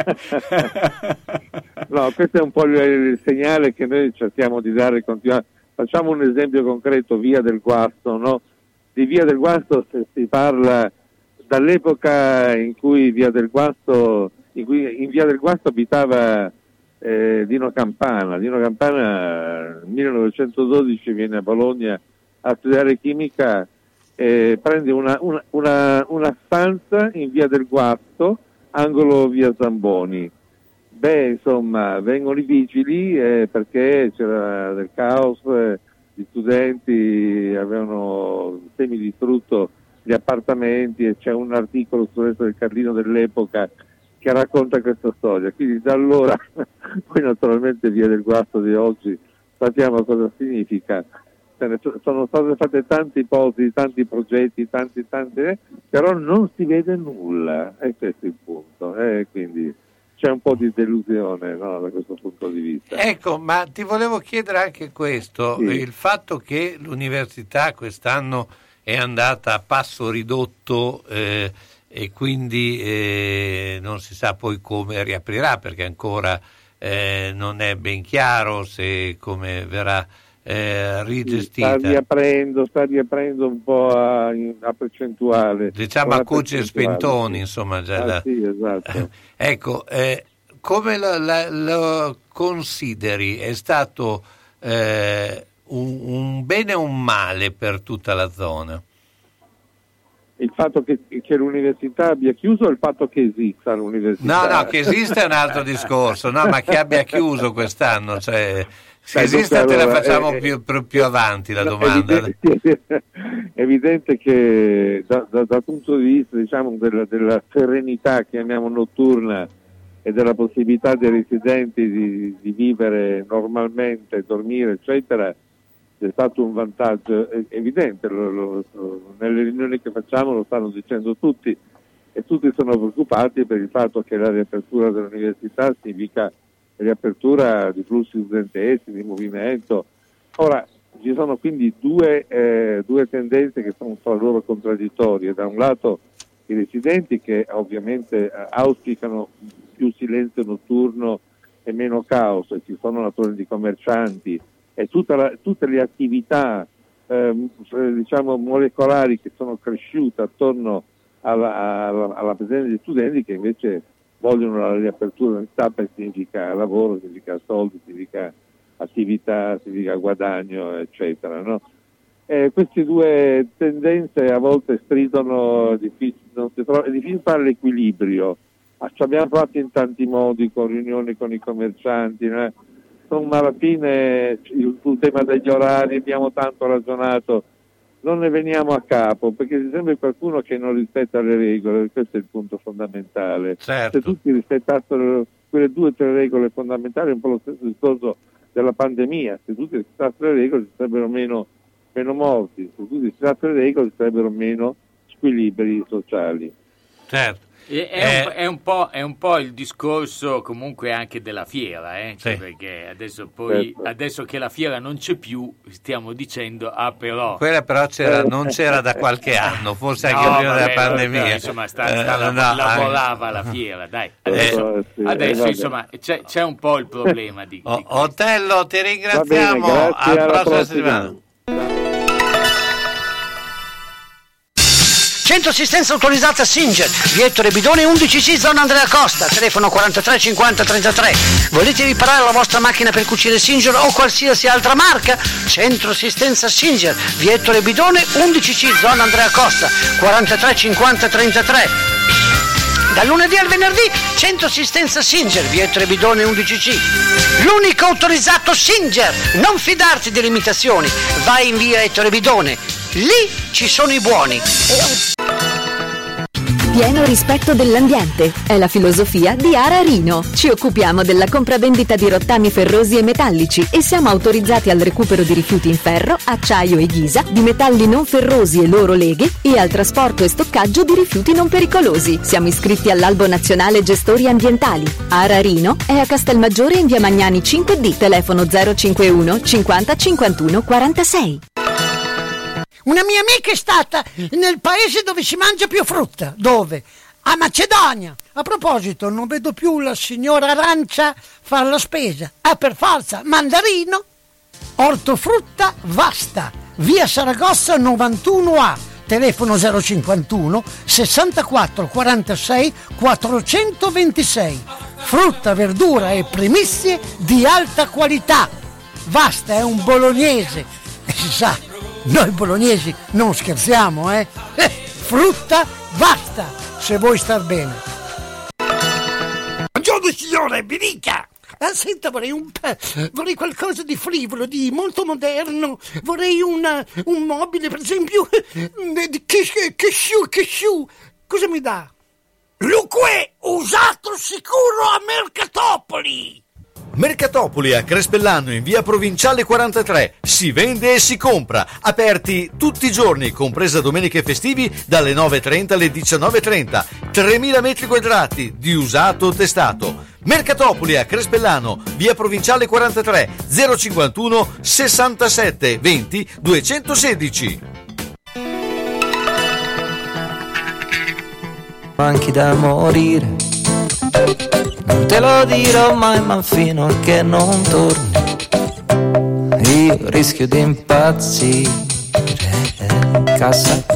no, questo è un po' il segnale che noi cerchiamo di dare continuamente. Facciamo un esempio concreto: Via del Guasto, no? Di Via del Guasto si parla dall'epoca in cui in Via del Guasto abitava Dino Campana. Dino Campana nel 1912 viene a Bologna a studiare chimica prende una stanza in via del Guasto, angolo via Zamboni. Insomma, vengono i vigili perché c'era del caos, gli studenti avevano semidistrutto gli appartamenti e c'è un articolo sul resto del Carlino dell'epoca che racconta questa storia. Quindi da allora, poi naturalmente via del Guasto di oggi sappiamo cosa significa. Sono state fatte tante ipotesi, tanti progetti, tante, però non si vede nulla, e questo è il punto, quindi c'è un po' di delusione, no, da questo punto di vista. Ecco, ma ti volevo chiedere anche questo, il fatto che l'università quest'anno è andata a passo ridotto e quindi non si sa poi come riaprirà, perché ancora non è ben chiaro se come verrà rigestita. Sta riaprendo un po' a percentuale. Diciamo a cucci e spintoni, insomma. Già sì, esatto. Ecco, come lo consideri? È stato un bene o un male per tutta la zona? Il fatto che l'università abbia chiuso o il fatto che esista l'università? No, che esista è un altro discorso, no, ma che abbia chiuso quest'anno, cioè... Se esiste te la facciamo più avanti la domanda. È evidente che dal punto di vista, diciamo, della serenità, chiamiamo notturna, e della possibilità dei residenti di vivere normalmente, dormire, eccetera, è stato un vantaggio evidente. Nelle riunioni che facciamo lo stanno dicendo tutti, e tutti sono preoccupati per il fatto che la riapertura dell'università significa riapertura di flussi studenteschi, di movimento. Ora, ci sono quindi due tendenze che sono fra loro contraddittorie. Da un lato i residenti che ovviamente auspicano più silenzio notturno e meno caos, e ci sono naturalmente i commercianti e tutte le attività diciamo molecolari che sono cresciute attorno alla presenza degli studenti, che invece vogliono la riapertura dell'università, perché significa lavoro, significa soldi, significa attività, significa guadagno, eccetera, no? Queste due tendenze a volte stridono, è difficile fare l'equilibrio. Ci abbiamo provato in tanti modi, con riunioni con i commercianti, no? Insomma, alla fine sul tema degli orari abbiamo tanto ragionato, non ne veniamo a capo, perché c'è sempre qualcuno che non rispetta le regole, questo è il punto fondamentale. Certo. Se tutti rispettassero quelle 2 o 3 regole fondamentali, è un po' lo stesso discorso della pandemia: se tutti rispettassero le regole ci sarebbero meno morti, se tutti rispettassero le regole ci sarebbero meno squilibri sociali. Certo. È un po' il discorso comunque anche della fiera, sì. Perché adesso Certo. adesso che la fiera non c'è più, stiamo dicendo però Quella però non c'era da qualche anno, forse anche prima della pandemia. Insomma, lavorava la fiera, dai. Adesso insomma c'è un po' il problema di Otello, ti ringraziamo. Bene, grazie, alla prossima prossima settimana. Centro assistenza autorizzata Singer, via Ettore Bidone 11C, zona Andrea Costa, telefono 43 50 33. Volete riparare la vostra macchina per cucire Singer o qualsiasi altra marca? Centro assistenza Singer, via Ettore Bidone 11C, zona Andrea Costa, 43 50 33. Dal lunedì al venerdì, Centro assistenza Singer, via Ettore Bidone 11C. L'unico autorizzato Singer. Non fidarti delle imitazioni. Vai in via Ettore Bidone. Lì ci sono i buoni. Pieno rispetto dell'ambiente è la filosofia di Ara Rino. Ci occupiamo della compravendita di rottami ferrosi e metallici e siamo autorizzati al recupero di rifiuti in ferro, acciaio e ghisa, di metalli non ferrosi e loro leghe e al trasporto e stoccaggio di rifiuti non pericolosi. Siamo iscritti all'Albo Nazionale Gestori Ambientali. Ara Rino è a Castelmaggiore in via Magnani 5D, telefono 051 50 51 46. Una mia amica è stata nel paese dove si mangia più frutta. Dove? A Macedonia. A proposito, non vedo più la signora Arancia fare la spesa. Per forza, mandarino. Ortofrutta Vasta, via Saragozza 91A, telefono 051 64 46 426. Frutta, verdura e primizie di alta qualità. Vasta è un bolognese, e si sa, Noi bolognesi non scherziamo, eh? Frutta basta, se vuoi star bene. Buongiorno signore, mi dica! Senta, vorrei qualcosa di frivolo, di molto moderno. Vorrei un mobile, per esempio, che sciù. Cosa mi dà? Luque, usato sicuro a Mercatopoli! Mercatopoli a Crespellano in via Provinciale 43. Si vende e si compra. Aperti tutti i giorni, compresa domeniche e festivi, dalle 9.30 alle 19.30. 3.000 metri quadrati di usato testato. Mercatopoli a Crespellano, via Provinciale 43, 051 67 20 216. Manchi da morire, non te lo dirò mai, ma fino a che non torni io rischio di impazzire. Cassa,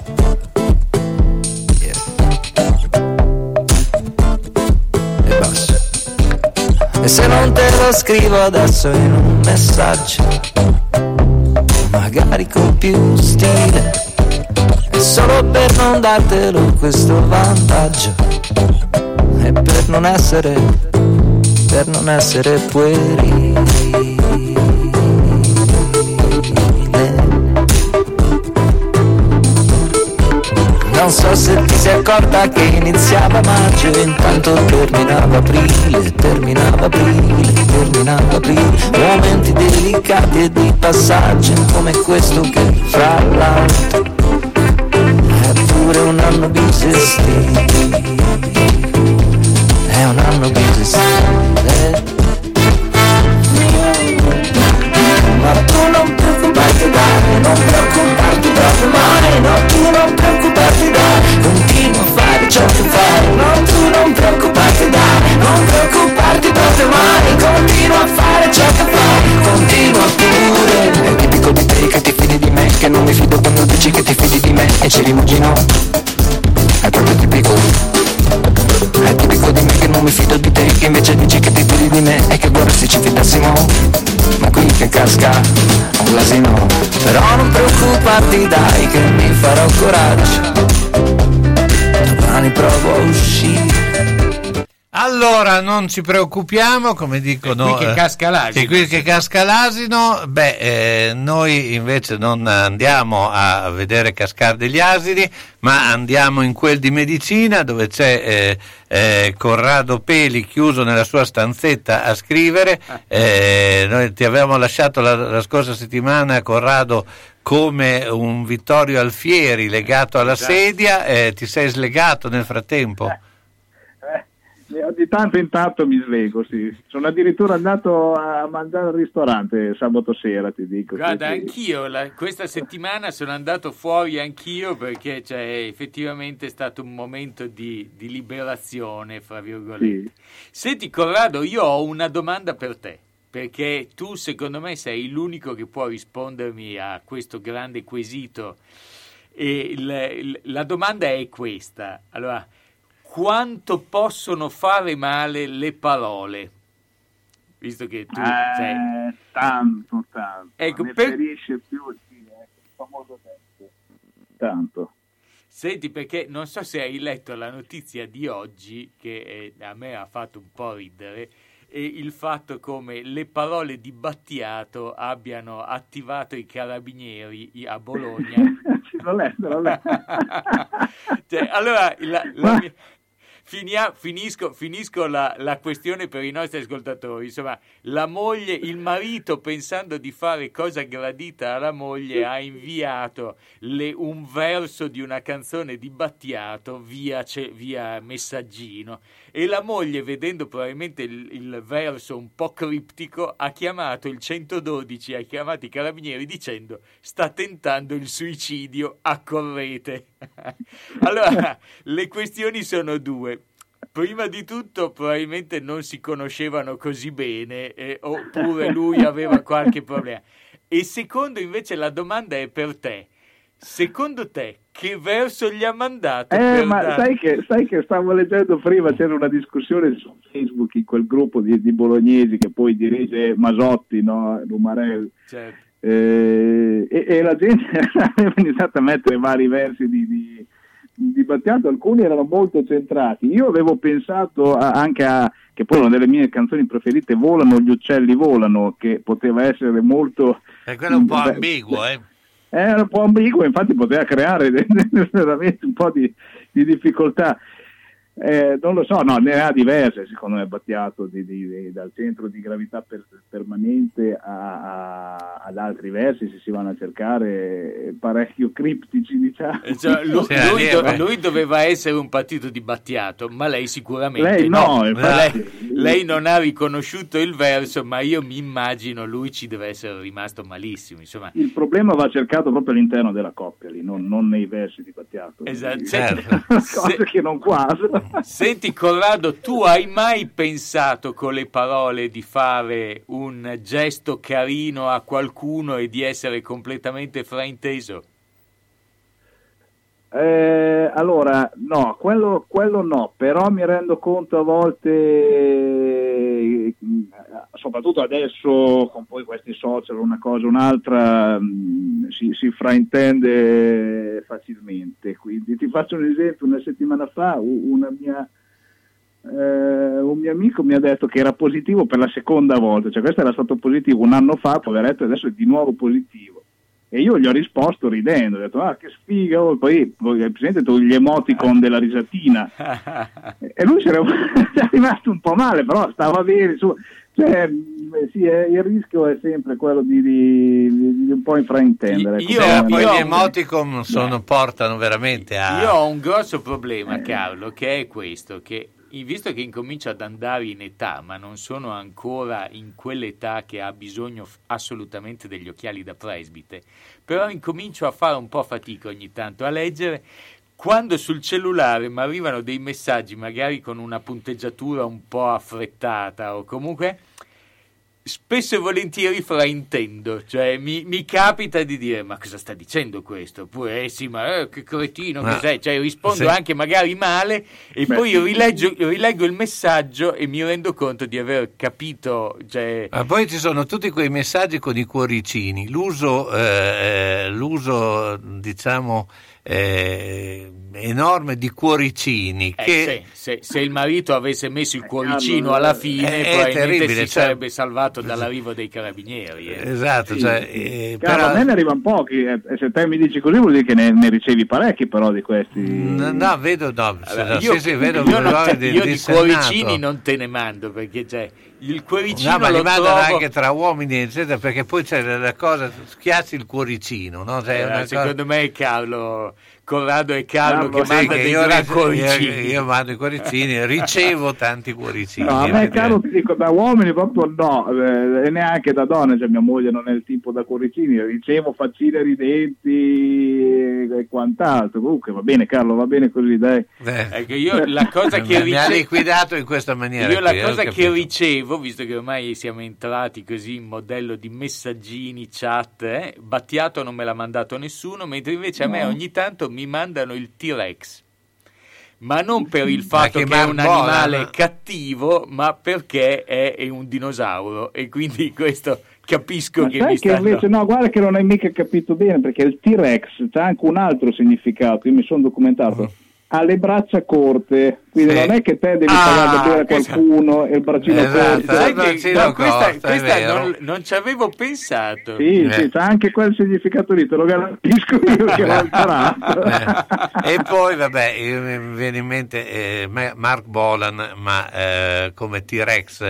e basta. E se non te lo scrivo adesso in un messaggio, magari con più stile, è solo per non dartelo questo vantaggio, e per non essere puerile. Non so se ti sei accorta che iniziava maggio, intanto terminava aprile. Momenti delicati e di passaggio come questo che fra l'altro è pure un anno bisestile. È un anno bisestile. Ma tu non preoccuparti dai, non preoccuparti proprio mai, no, tu non preoccuparti dai, continua a fare ciò che fai, no, tu non preoccuparti dai, non preoccuparti proprio mai, continua a fare ciò che fai, continua pure. È tipico di te che ti fidi di me, che non mi fido quando dici che ti fidi di me e ci rimugino, è proprio tipico. È tipico di me che non mi fido di te, che invece dici che ti fidi di me e che vorresti ci fidassimo, ma qui che casca un l'asino. Però non preoccuparti dai che mi farò coraggio, domani provo a uscire. Allora non ci preoccupiamo, come dicono, qui che casca l'asino. Qui che casca l'asino. Noi invece non andiamo a vedere cascare degli asini, ma andiamo in quel di medicina, dove c'è Corrado Peli chiuso nella sua stanzetta a scrivere. Noi ti avevamo lasciato la scorsa settimana, Corrado, come un Vittorio Alfieri legato alla sedia. Ti sei slegato nel frattempo? Di tanto in tanto mi svego, sì. Sono addirittura andato a mangiare al ristorante sabato sera, ti dico. Guarda, sì. Anch'io questa settimana sono andato fuori anch'io, perché effettivamente è stato un momento di liberazione, fra virgolette. Sì. Senti Corrado, io ho una domanda per te, perché tu secondo me sei l'unico che può rispondermi a questo grande quesito, e la domanda è questa. Allora, quanto possono fare male le parole? Visto che tu sei... Tanto. Ecco, ne ferisce più il famoso testo. Tanto. Senti, perché non so se hai letto la notizia di oggi, che a me ha fatto un po' ridere, e il fatto come le parole di Battiato abbiano attivato i carabinieri a Bologna. L'ho letto. Allora, finisco la questione per i nostri ascoltatori. Insomma, la moglie, il marito, pensando di fare cosa gradita alla moglie, ha inviato un verso di una canzone di Battiato via messaggino, e la moglie, vedendo probabilmente il verso un po' criptico, ha chiamato il 112, ha chiamato i carabinieri dicendo: sta tentando il suicidio, accorrete. Allora, le questioni sono due. Prima di tutto, probabilmente non si conoscevano così bene, oppure lui aveva qualche problema. E secondo, invece, la domanda è per te. Secondo te, che verso gli ha mandato? Sai che stavo leggendo prima, c'era una discussione su Facebook in quel gruppo di bolognesi che poi dirige Masotti, no? Lumarel. Certo. e la gente aveva iniziato a mettere vari versi di Battiato, alcuni erano molto centrati. Io avevo pensato anche a, che poi una delle mie canzoni preferite, Volano gli uccelli volano, che poteva essere molto... quello è un po' ambiguo, Era un po' ambiguo, infatti poteva creare veramente un po' di difficoltà. Non lo so, no, ne ha diverse secondo me Battiato, dal centro di gravità permanente ad altri versi, se si vanno a cercare, parecchio criptici, diciamo. Cioè, lui doveva essere un partito di Battiato, ma lei sicuramente lei no. Lei non ha riconosciuto il verso, ma io mi immagino lui ci deve essere rimasto malissimo, insomma. Il problema va cercato proprio all'interno della coppia lì, non nei versi di Battiato. Esatto. Cose che non quasi. Senti Corrado, tu hai mai pensato con le parole di fare un gesto carino a qualcuno e di essere completamente frainteso? Allora, no, quello no, però mi rendo conto a volte, soprattutto adesso con poi questi social, una cosa o un'altra, si fraintende facilmente. Quindi ti faccio un esempio: una settimana fa un mio amico mi ha detto che era positivo per la seconda volta, cioè questo era stato positivo un anno fa, poveretto, adesso è di nuovo positivo. E io gli ho risposto ridendo, ho detto che sfiga, poi presente tu gli emoticon della risatina, e lui c'era rimasto un po' male, però stava bene, cioè sì, il rischio è sempre quello di un po' infraintendere. Poi gli emoticon portano veramente a... Io ho un grosso problema, Carlo, che è questo, che visto che incomincio ad andare in età, ma non sono ancora in quell'età che ha bisogno assolutamente degli occhiali da presbite, però incomincio a fare un po' fatica ogni tanto a leggere, quando sul cellulare mi arrivano dei messaggi magari con una punteggiatura un po' affrettata o comunque spesso e volentieri fraintendo, cioè mi capita di dire ma cosa sta dicendo questo, oppure sì ma che cretino cos'è, cioè rispondo anche magari male e poi rileggo il messaggio e mi rendo conto di aver capito, cioè... Ma poi ci sono tutti quei messaggi con i cuoricini, l'uso diciamo enorme di cuoricini che se il marito avesse messo il cuoricino alla fine probabilmente terribile, si sarebbe salvato dall'arrivo dei carabinieri. Esatto, sì. Però a me ne arrivano pochi, se te mi dici così vuol dire che ne ricevi parecchi però di questi. Vedo io di cuoricini non te ne mando, perché il cuoricino ma li mandano trovo... anche tra uomini eccetera, perché poi c'è la cosa, schiacci il cuoricino, no? Secondo me è Corrado e Carlo che manda dei gran cuoricini. Io mando i cuoricini, ricevo tanti cuoricini. No, a me Carlo ti dico, da uomini proprio no, e neanche da donne, cioè mia moglie non è il tipo da cuoricini, ricevo faccine ridenti e quant'altro. Comunque va bene Carlo, va bene così, dai. Ecco, io la cosa che mi ha liquidato in questa maniera. Io la cosa che ricevo, visto che ormai siamo entrati così in modello di messaggini, chat, Battiato non me l'ha mandato nessuno, mentre invece a me ogni tanto mi mandano il T-Rex, ma non per il fatto che è un animale cattivo, ma perché è un dinosauro, e quindi questo capisco che mi sta... invece no, guarda che non hai mica capito bene, perché il T-Rex c'ha anche un altro significato, io mi sono documentato. Ha le braccia corte, quindi non è che te devi pagare da bere a qualcuno e il braccino corto. Questa non ci avevo pensato. Sì, c'ha anche quel significato lì, te lo garantisco io che l'ho imparato. E poi vabbè, mi viene in mente Mark Bolan, ma come T-Rex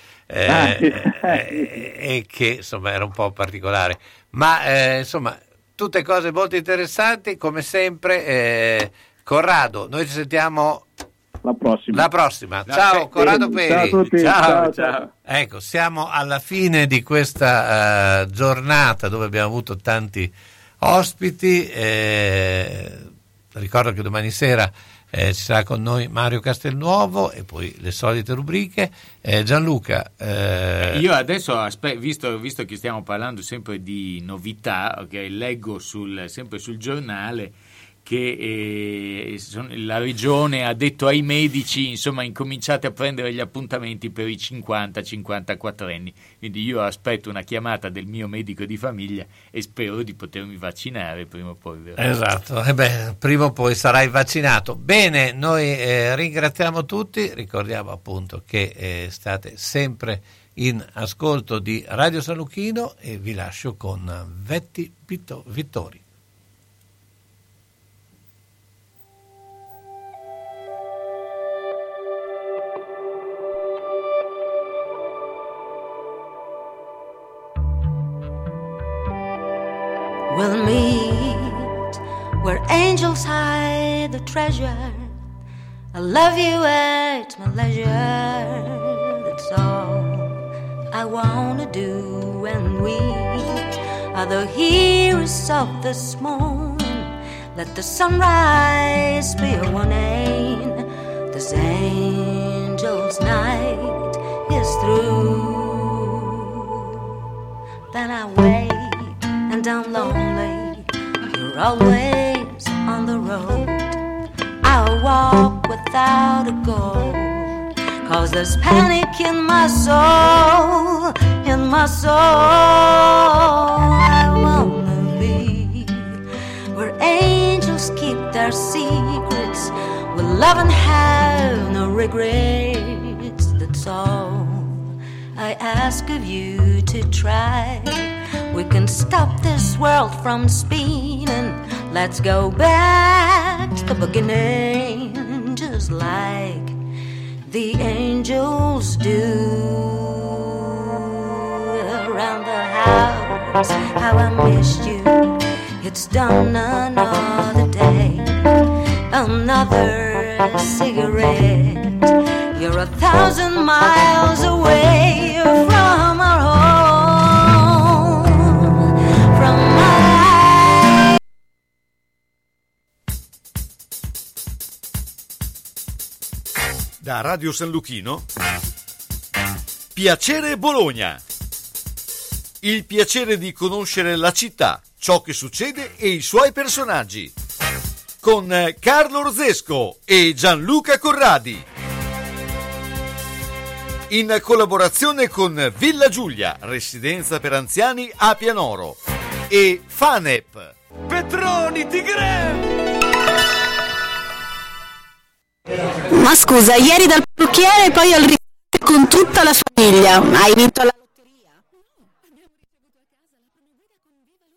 e che insomma era un po' particolare, ma insomma tutte cose molto interessanti come sempre. Corrado, noi ci sentiamo la prossima. Ciao Corrado Peri. Ciao a tutti. Ciao. Ecco, siamo alla fine di questa giornata dove abbiamo avuto tanti ospiti. Ricordo che domani sera ci sarà con noi Mario Castelnuovo e poi le solite rubriche. Gianluca, io adesso visto che stiamo parlando sempre di novità, leggo sempre sul giornale che la regione ha detto ai medici, insomma, incominciate a prendere gli appuntamenti per i 50-54 anni. Quindi io aspetto una chiamata del mio medico di famiglia e spero di potermi vaccinare prima o poi. Esatto, prima o poi sarai vaccinato. Bene, noi ringraziamo tutti, ricordiamo appunto che state sempre in ascolto di Radio San Luchino e vi lascio con Vetti Vittori. We'll meet where angels hide the treasure. I love you at my leisure. That's all I wanna do. And we are the heroes of this morning. Let the sunrise be a warning. This angel's night is through. Then I wait and I'm lonely, you're always on the road. I'll walk without a goal, 'cause there's panic in my soul, in my soul. I wanna be where angels keep their secrets, where love and have no regrets. That's all I ask of you to try. We can stop this world from spinning. Let's go back to the beginning, just like the angels do. Around the house, how I missed you. It's done another day, another cigarette. You're 1,000 miles away from our home, from my... Da Radio San Luchino, Piacere Bologna. Il piacere di conoscere la città, ciò che succede e i suoi personaggi. Con Carlo Orzesco e Gianluca Corradi. In collaborazione con Villa Giulia, residenza per anziani a Pianoro, e Fanep. Petroni Tigre! Ma scusa, ieri dal parrucchiere e poi al ristorante con tutta la famiglia. Hai vinto la